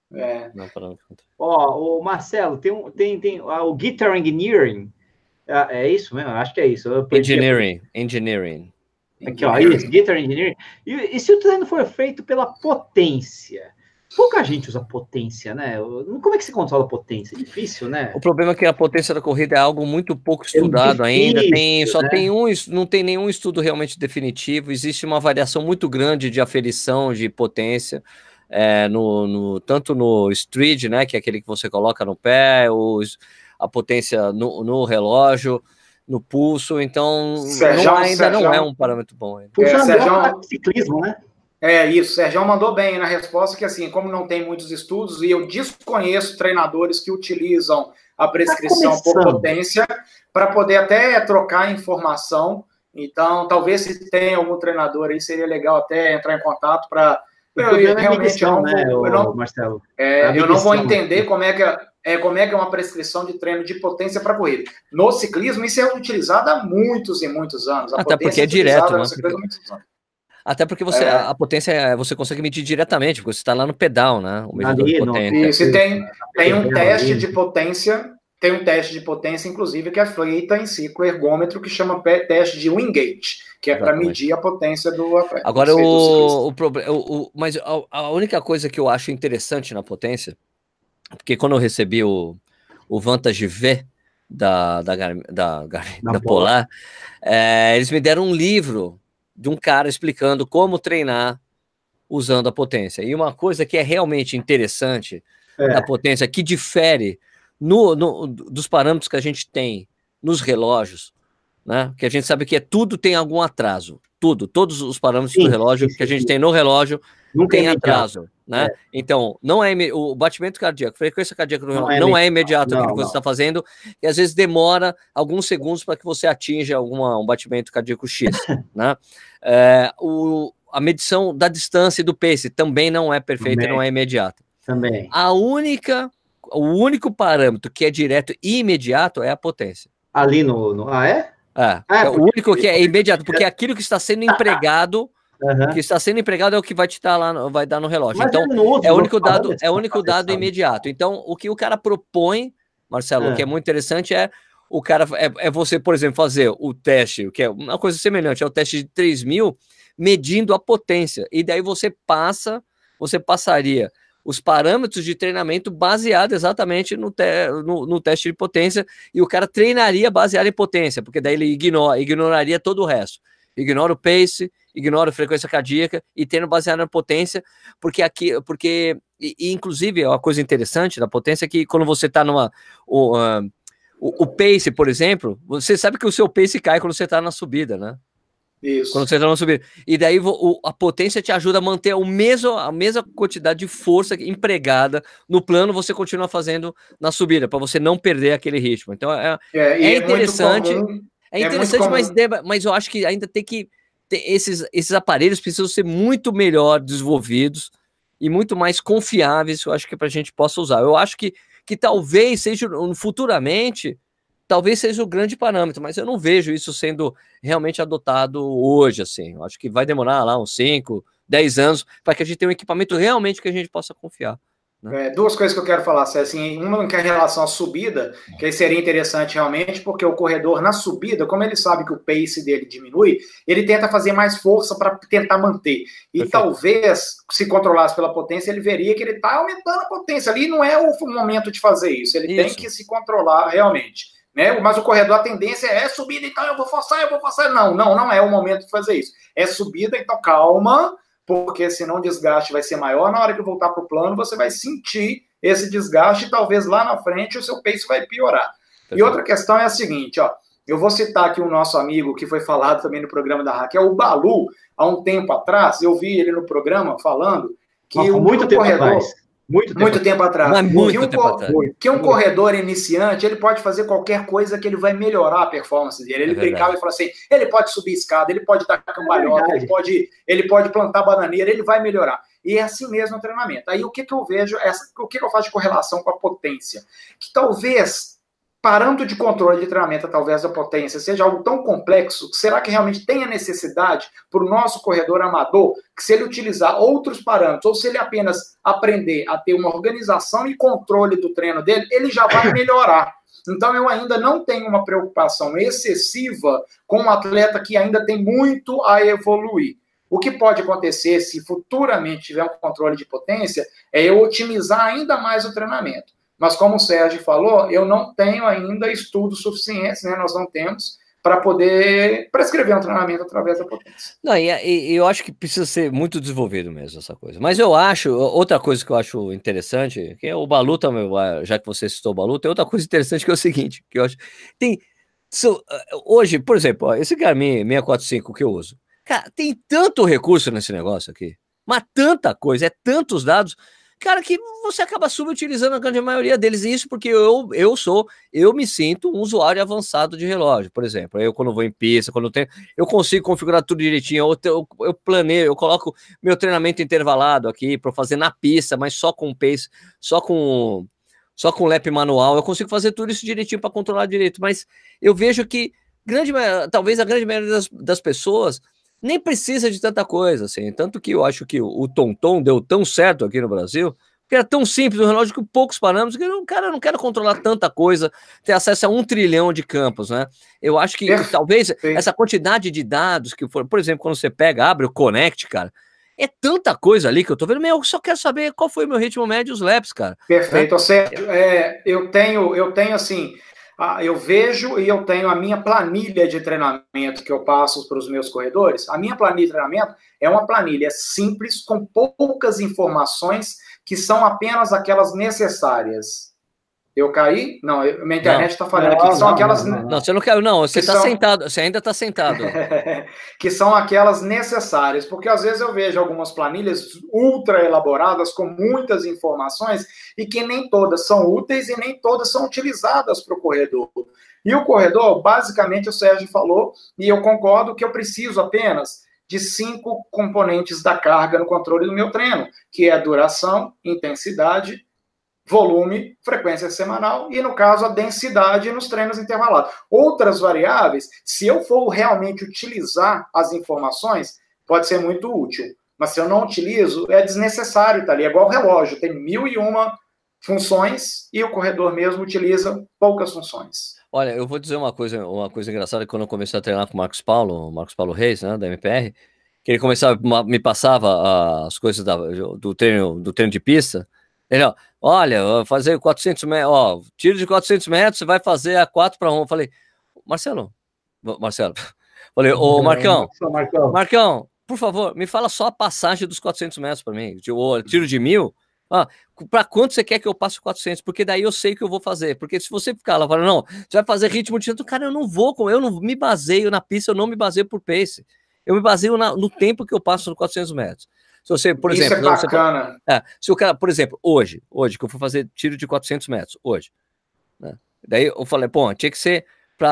O Marcelo, tem o Guitar Engineering, é isso mesmo? Acho que é isso. Engineering. Aqui, ó, isso, Guitar Engineering. E se o treino for feito pela potência? Pouca gente usa potência, né? Como é que se controla a potência? É difícil, né? O problema é que a potência da corrida é algo muito pouco estudado ainda. Não tem nenhum estudo realmente definitivo. Existe uma variação muito grande de aferição de potência. Tanto no street, né, que é aquele que você coloca no pé, a potência no relógio, no pulso, então ainda não é um parâmetro bom. Sérgio, ciclismo, né? Isso, o Sérgio mandou bem na resposta, que assim, como não tem muitos estudos, e eu desconheço treinadores que utilizam a prescrição por potência para poder até trocar informação. Então, talvez se tem algum treinador aí, seria legal até entrar em contato para... Marcelo. Eu não vou entender como é que como é que é uma prescrição de treino de potência para corrida. No ciclismo, isso é utilizado há muitos e muitos anos. Até porque é direto, né? Até porque a potência você consegue medir diretamente, porque você está lá no pedal, né? O medidor de potência. Isso, tem um teste de potência, inclusive, que é feita em si com o ergômetro, que chama teste de Wingate, que é para medir a potência do atleta. Agora, mas a única coisa que eu acho interessante na potência, porque quando eu recebi o Vantage V da Polar, eles me deram um livro de um cara explicando como treinar usando a potência. E uma coisa que é realmente interessante da potência, que difere dos parâmetros que a gente tem nos relógios, né? Que a gente sabe que tudo tem algum atraso. Todos os parâmetros do relógio que a gente tem no relógio tem atraso, né? Então, não é o batimento cardíaco, frequência cardíaca do relógio não é imediato aquilo que você está fazendo, e às vezes demora alguns segundos para que você atinja um batimento cardíaco X, né? A medição da distância e do pace também não é perfeita e não é imediata. Também. O único parâmetro que é direto e imediato é a potência. Ali o único que é imediato, porque aquilo que está sendo empregado, o que está sendo empregado é o que vai te dar lá, vai dar no relógio. Mas então, é o único dado imediato. Então, o que o cara propõe, Marcelo, o que é muito interessante o cara você, por exemplo, fazer o teste, que é uma coisa semelhante, é o teste de 3.000, medindo a potência. E daí você passaria os parâmetros de treinamento baseado exatamente no teste de potência, e o cara treinaria baseado em potência, porque daí ele ignoraria todo o resto. Ignora o pace, ignora a frequência cardíaca e treina baseado na potência, porque inclusive, uma coisa interessante da potência é que quando você está o pace, por exemplo, você sabe que o seu pace cai quando você está na subida, né? Isso. Quando você está na subida. E daí a potência te ajuda a manter a mesma quantidade de força empregada no plano, você continua fazendo na subida, para você não perder aquele ritmo. Então é interessante. É interessante, mas eu acho que ainda tem que esses aparelhos precisam ser muito melhor desenvolvidos e muito mais confiáveis, eu acho que para a gente possa usar. Eu acho que talvez seja futuramente, talvez seja o grande parâmetro, mas eu não vejo isso sendo realmente adotado hoje, assim. Eu acho que vai demorar lá uns 5, 10 anos para que a gente tenha um equipamento realmente que a gente possa confiar. Né? Duas coisas que eu quero falar, assim, uma que é em relação à subida, que aí seria interessante realmente, porque o corredor na subida, como ele sabe que o pace dele diminui, ele tenta fazer mais força para tentar manter. E talvez, se controlasse pela potência, ele veria que ele está aumentando a potência. Ali não é o momento de fazer isso, ele tem que se controlar realmente. Né? Mas o corredor, a tendência é subida, então eu vou forçar. Não é o momento de fazer isso. É subida, então calma, porque senão o desgaste vai ser maior. Na hora que voltar para o plano, você vai sentir esse desgaste e talvez lá na frente o seu pace vai piorar. E outra questão é a seguinte, eu vou citar aqui um nosso amigo que foi falado também no programa da Raquel, o Balu, há um tempo atrás, eu vi ele no programa falando que muito tempo atrás. Muito tempo atrás. Que um corredor iniciante, ele pode fazer qualquer coisa que ele vai melhorar a performance dele. Ele brincava e falou assim, ele pode subir escada, ele pode dar cambalhota, ele pode plantar bananeira, ele vai melhorar. E é assim mesmo o treinamento. Aí o que eu vejo, o que eu faço de correlação com a potência? Que talvez parâmetro de controle de treinamento através da potência seja algo tão complexo, será que realmente tem a necessidade para o nosso corredor amador, que se ele utilizar outros parâmetros, ou se ele apenas aprender a ter uma organização e controle do treino dele, ele já vai melhorar. Então eu ainda não tenho uma preocupação excessiva com um atleta que ainda tem muito a evoluir. O que pode acontecer se futuramente tiver um controle de potência é eu otimizar ainda mais o treinamento. Mas como o Sérgio falou, eu não tenho ainda estudos suficientes, né? Nós não temos, para poder prescrever um treinamento através da potência. Não, e eu acho que precisa ser muito desenvolvido mesmo essa coisa. Mas eu acho, outra coisa que eu acho interessante, que é o Balu também, já que você citou o Balu, tem outra coisa interessante que é o seguinte, que eu acho, hoje, por exemplo, esse Garmin 645 que eu uso, cara, tem tanto recurso nesse negócio aqui, mas tanta coisa, é tantos dados, cara, que você acaba subutilizando a grande maioria deles. E isso porque eu me sinto um usuário avançado de relógio, por exemplo. Eu, quando vou em pista, eu consigo configurar tudo direitinho. Eu planejo, eu coloco meu treinamento intervalado aqui para fazer na pista, mas só com pace, só com só com lap manual, eu consigo fazer tudo isso direitinho para controlar direito, mas eu vejo que talvez a grande maioria das pessoas nem precisa de tanta coisa, assim, tanto que eu acho que o TomTom deu tão certo aqui no Brasil, porque era tão simples, um relógio com poucos parâmetros, que cara, eu não quero controlar tanta coisa, ter acesso a 1 trilhão de campos, né? Eu acho que talvez essa quantidade de dados que for, por exemplo, quando você abre o Connect, cara, é tanta coisa ali que eu tô vendo, eu só quero saber qual foi o meu ritmo médio e os laps, cara. Perfeito, Sérgio, eu tenho assim, eu vejo e eu tenho a minha planilha de treinamento que eu passo para os meus corredores. A minha planilha de treinamento é uma planilha simples, com poucas informações, que são apenas aquelas necessárias. Eu caí? Não, minha internet está falhando aqui. São aquelas. Não, você não caiu, não. Você está sentado, você ainda está sentado. Que são aquelas necessárias, porque às vezes eu vejo algumas planilhas ultra elaboradas, com muitas informações, e que nem todas são úteis e nem todas são utilizadas para o corredor. E o corredor, basicamente, o Sérgio falou, e eu concordo que eu preciso apenas de 5 componentes da carga no controle do meu treino, que é a duração, intensidade, volume, frequência semanal e, no caso, a densidade nos treinos intervalados. Outras variáveis, se eu for realmente utilizar as informações, pode ser muito útil. Mas se eu não utilizo, é desnecessário, tá ali. É igual o relógio, tem 1001 funções e o corredor mesmo utiliza poucas funções. Olha, eu vou dizer uma coisa engraçada, que quando eu comecei a treinar com o Marcos Paulo Reis, né, da MPR, que ele me passava as coisas do treino de pista. Ele, olha, vou fazer 400 metros, tiro de 400 metros, você vai fazer a 4-1. Eu falei, Marcelo, falei, ô Marcão, por favor, me fala só a passagem dos 400 metros para mim, o tiro de 1000, para quanto você quer que eu passe 400? Porque daí eu sei o que eu vou fazer, porque se você ficar lá falando, não, você vai fazer ritmo de tanto, cara, eu não me baseio na pista, eu não me baseio por pace, eu me baseio no tempo que eu passo no 400 metros. Se você, por exemplo, isso é bacana. Se o cara, por exemplo, hoje que eu fui fazer tiro de 400 metros, hoje, né? Daí eu falei, pô, tinha que ser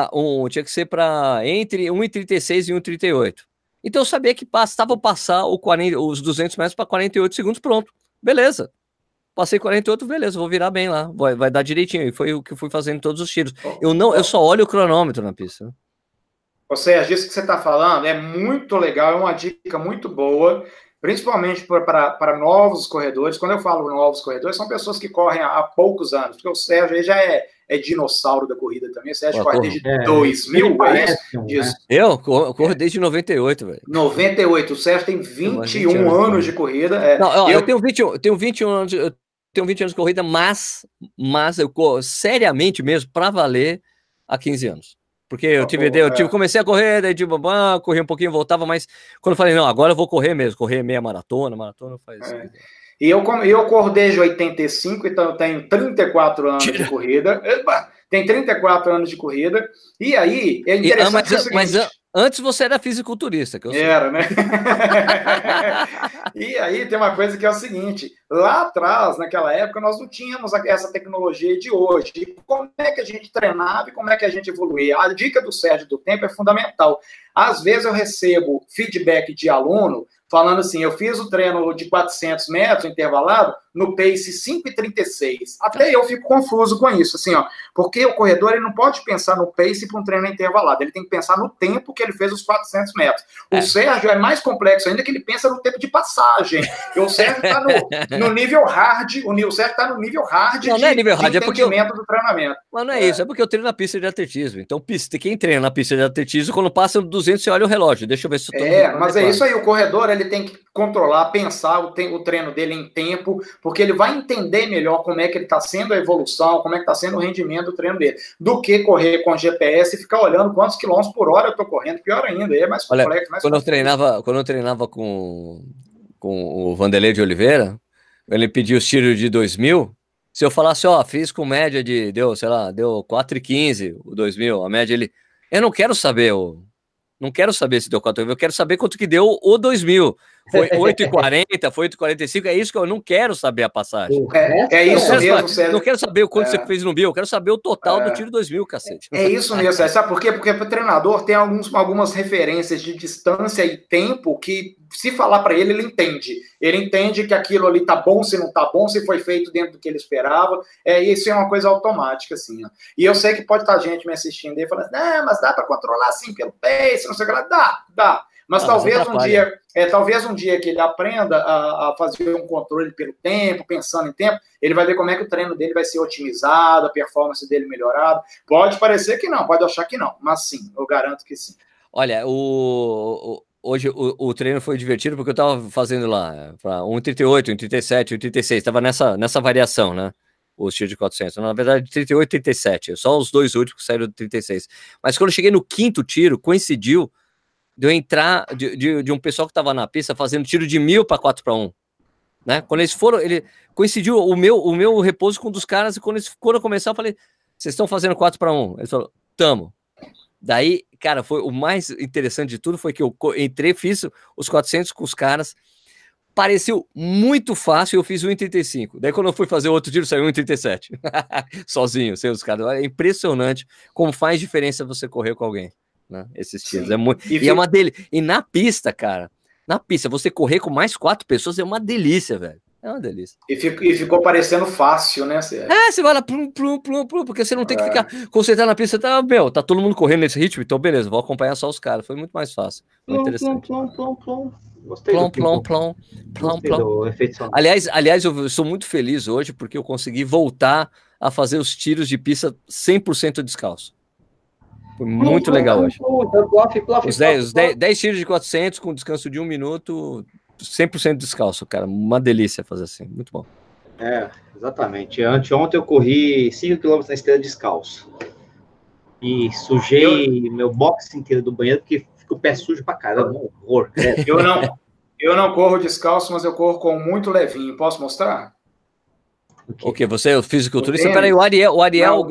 para entre 1,36 e 1,38. Então eu sabia que bastava passar os 200 metros para 48 segundos, pronto, beleza. Passei 48, beleza, vou virar bem lá, vai dar direitinho. E foi o que eu fui fazendo em todos os tiros. Eu só olho o cronômetro na pista. Né? Ou seja, isso que você está falando é muito legal, é uma dica muito boa, principalmente para novos corredores. Quando eu falo novos corredores, são pessoas que correm há poucos anos, porque o Sérgio aí já é dinossauro da corrida também. O Sérgio corre desde 2000, né? Eu corro desde 98, velho. 98, o Sérgio tem 21 anos de corrida. Não, eu tenho 21 anos, eu tenho 20 anos de corrida, mas eu corro seriamente mesmo, para valer, há 15 anos. Porque comecei a correr, daí corri um pouquinho, voltava, mas quando eu falei, não, agora eu vou correr mesmo, correr meia maratona faz isso. E eu corro desde 85, então eu tenho 34 anos de corrida. Tem 34 anos de corrida. E aí, é interessante. Mas antes você era fisiculturista, que eu sei. Era, né? E aí tem uma coisa que é o seguinte: lá atrás, naquela época, nós não tínhamos essa tecnologia de hoje. E como é que a gente treinava e como é que a gente evoluía? A dica do Sérgio do Tempo é fundamental. Às vezes eu recebo feedback de aluno falando assim, eu fiz o treino de 400 metros intervalado no pace 5,36. Até eu fico confuso com isso, assim, porque o corredor ele não pode pensar no pace para um treino intervalado, ele tem que pensar no tempo que ele fez os 400 metros. O Sérgio é mais complexo ainda, que ele pensa no tempo de passagem. O Sérgio está no nível hard, o Sérgio está no nível hard não é nível hard, entendimento do treinamento. Mas não é isso, é porque eu treino na pista de atletismo. Então, quem treina na pista de atletismo, quando passa 200, você olha o relógio. Deixa eu ver se eu tô... mas é isso aí, o corredor, ele tem que controlar, pensar o treino dele em tempo, porque ele vai entender melhor como é que ele está sendo a evolução, como é que está sendo o rendimento do treino dele, do que correr com GPS e ficar olhando quantos quilômetros por hora eu estou correndo, pior ainda, é mais complexo. Quando eu treinava com o Vanderlei de Oliveira, ele pediu os tiros de 2000, se eu falasse, fiz com média deu 4,15 o 2000, a média eu não quero saber não quero saber se deu 4,20, eu quero saber quanto que deu o 2000. Foi 8,40, foi 8,45, é isso que eu não quero saber a passagem. É isso mesmo, Sérgio. Não quero saber o quanto você fez no bio, eu quero saber o total do tiro 2000, cacete. É isso mesmo, Sérgio. Sabe por quê? Porque o treinador tem algumas referências de distância e tempo que se falar para ele, ele entende. Ele entende que aquilo ali tá bom, se não tá bom, se foi feito dentro do que ele esperava. Isso é uma coisa automática, assim. Ó. E eu sei que pode estar gente me assistindo aí falando, mas dá para controlar assim pelo Pace, não sei o que lá. Dá. Mas talvez um dia que ele aprenda a fazer um controle pelo tempo, pensando em tempo, ele vai ver como é que o treino dele vai ser otimizado, a performance dele melhorada. Pode parecer que não, pode achar que não, mas sim, eu garanto que sim. Olha, hoje o treino foi divertido porque eu estava fazendo lá para 1,38, 1,37, 1,36, estava nessa variação, né? Os tiros de 400. Na verdade, 38 e 37, só os dois últimos saíram do 36. Mas quando eu cheguei no quinto tiro, coincidiu de eu entrar, de um pessoal que estava na pista fazendo tiro de 1.000 para 4-1, né? Quando eles foram, coincidiu o meu repouso com um dos caras, e quando eles foram começar, eu falei, vocês estão fazendo 4-1? Eles falaram, tamo. Daí, cara, foi o mais interessante de tudo, foi que eu entrei, fiz os 400 com os caras, pareceu muito fácil, eu fiz 1,35. Daí quando eu fui fazer outro tiro, saiu 1,37. Sozinho, sem os caras. É impressionante como faz diferença você correr com alguém. Né, esses tiros, é muito... é uma delícia. E na pista, cara, você correr com mais 4 pessoas é uma delícia, velho. É uma delícia. E ficou parecendo fácil, né, Sérgio? Você vai lá, plum, porque você não tem que ficar concentrado na pista, tá todo mundo correndo nesse ritmo, então beleza, vou acompanhar só os caras. Foi muito mais fácil. Foi interessante. Gostei do efeito sonoro. Aliás, eu sou muito feliz hoje porque eu consegui voltar a fazer os tiros de pista 100% descalço. Foi muito legal hoje. Os 10 tiros de 400 com descanso de 1 minuto, 100% descalço, cara. Uma delícia fazer assim, muito bom. Exatamente. Anteontem eu corri 5 km na esteira descalço. E sujei meu box inteiro do banheiro, porque fica o pé sujo pra caramba. Um horror. Eu não corro descalço, mas eu corro com muito levinho. Posso mostrar? O que? Você é o fisiculturista? Peraí, o Ariel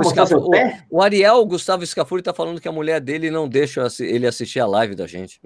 Gustavo Scafuri tá falando que a mulher dele não deixa ele assistir a live da gente.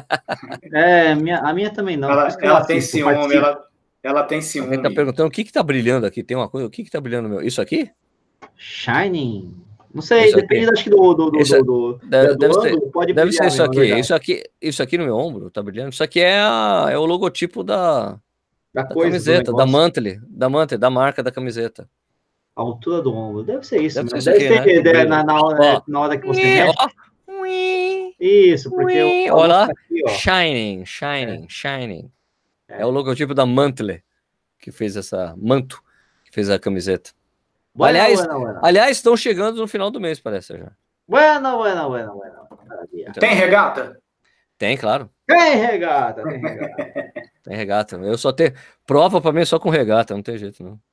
A minha também não. Ela tem ciúme, ela tem ciúme. Ele tá perguntando o que tá brilhando aqui. Tem uma coisa, o que tá brilhando, meu? Isso aqui? Shining. Não sei, depende, acho que do deve ser isso aqui. Isso aqui no meu ombro tá brilhando. Isso aqui é o logotipo da camiseta, da Mantle, da marca da camiseta. A altura do ombro, deve ser isso. Deve ser né? Na hora que você mexe. Isso, porque... Olha lá, Shining. É o logotipo da Mantle, que fez que fez a camiseta. Aliás, estão chegando no final do mês, parece já. Bueno. Tem regata? Tem, claro. Tem regata. Tem regata. Eu só tenho prova para mim só com regata, não tem jeito, não.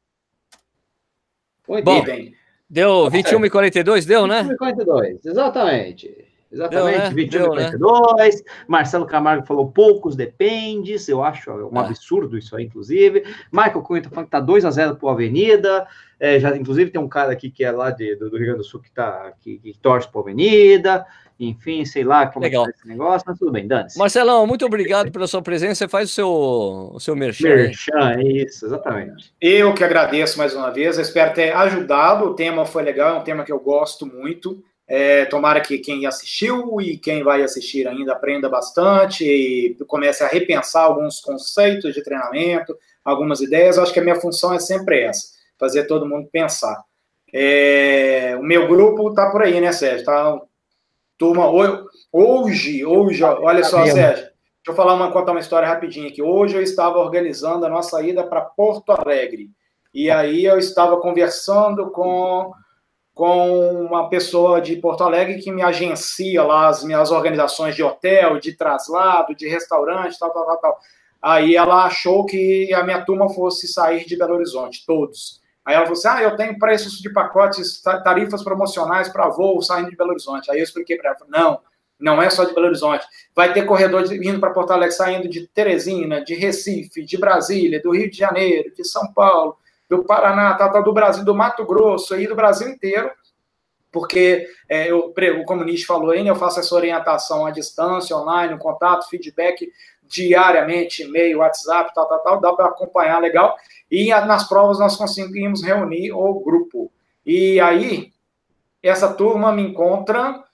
Bom, deu 21h42, deu, né? 21h42, exatamente. Exatamente, 21h42. Né? Marcelo Camargo falou poucos dependes. Eu acho um absurdo isso aí, inclusive. Michael Cunha tá falando que tá 2-0 pro Avenida. Inclusive, tem um cara aqui que é lá do Rio Grande do Sul que torce pro Avenida. Enfim, sei lá como é que tá esse negócio, mas tudo bem, dane-se. Marcelão, muito obrigado pela sua presença. Você faz o seu merchan. Merchan, isso, exatamente. Eu que agradeço mais uma vez. Eu espero ter ajudado. O tema foi legal, é um tema que eu gosto muito. Tomara que quem assistiu e quem vai assistir ainda aprenda bastante e comece a repensar alguns conceitos de treinamento, algumas ideias. Eu acho que a minha função é sempre essa, fazer todo mundo pensar. O meu grupo tá por aí, né, Sérgio? Tá, turma, hoje, olha só, Sérgio, deixa eu contar uma história rapidinho aqui. Hoje eu estava organizando a nossa ida para Porto Alegre e aí eu estava conversando com uma pessoa de Porto Alegre que me agencia lá as minhas organizações de hotel, de traslado, de restaurante, tal. Aí ela achou que a minha turma fosse sair de Belo Horizonte, todos. Aí ela falou assim, eu tenho preços de pacotes, tarifas promocionais para voo saindo de Belo Horizonte. Aí eu expliquei para ela, não é só de Belo Horizonte. Vai ter corredor vindo para Porto Alegre, saindo de Teresina, de Recife, de Brasília, do Rio de Janeiro, de São Paulo, do Paraná, do Brasil, do Mato Grosso e do Brasil inteiro, porque como o Nish falou aí, eu faço essa orientação à distância, online, um contato, feedback diariamente, e-mail, WhatsApp, dá para acompanhar legal, e nas provas nós conseguimos reunir o grupo. E aí, essa turma me encontra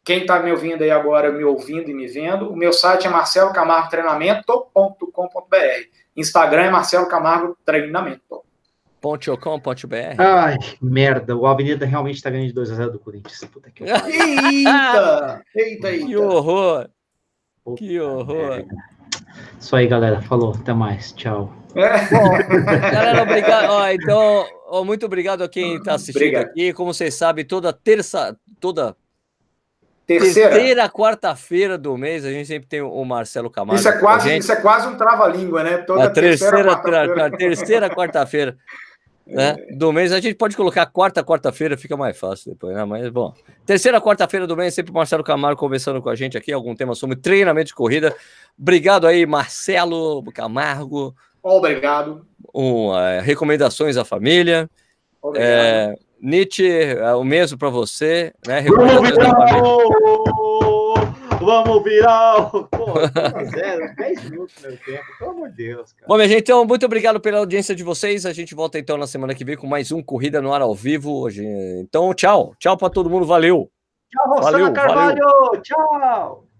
Quem está me ouvindo aí agora, me ouvindo e me vendo, o meu site é marcelocamargotreinamento.com.br. Instagram é Marcelo Camargo Treinamento. .com.br. Ai, merda. O Avenida realmente está ganhando de 2-0 do Corinthians. Puta que Eita! Eita! Que horror! Puta Que horror! merda. Isso aí, galera. Falou. Até mais. Tchau. Bom, galera, obrigado. Ó, então, muito obrigado a quem está assistindo aqui. Como vocês sabem, toda terceira quarta-feira do mês, a gente sempre tem o Marcelo Camargo. Isso é quase um trava-língua, né? Toda terceira quarta-feira, né, do mês. A gente pode colocar quarta-feira, fica mais fácil depois, né? Mas, bom, terceira quarta-feira do mês, sempre o Marcelo Camargo conversando com a gente aqui, algum tema sobre treinamento de corrida. Obrigado aí, Marcelo Camargo. Obrigado. Recomendações à família. Obrigado. Nietzsche, o mesmo para você, né? Vamos virar! Porra, 0, 10 minutos no meu tempo, pelo amor de Deus, cara. Bom, minha gente, então, muito obrigado pela audiência de vocês. A gente volta então na semana que vem com mais um Corrida no Ar ao vivo. Hoje. Então, tchau. Tchau para todo mundo. Valeu. Tchau, Rossana Carvalho. Tchau.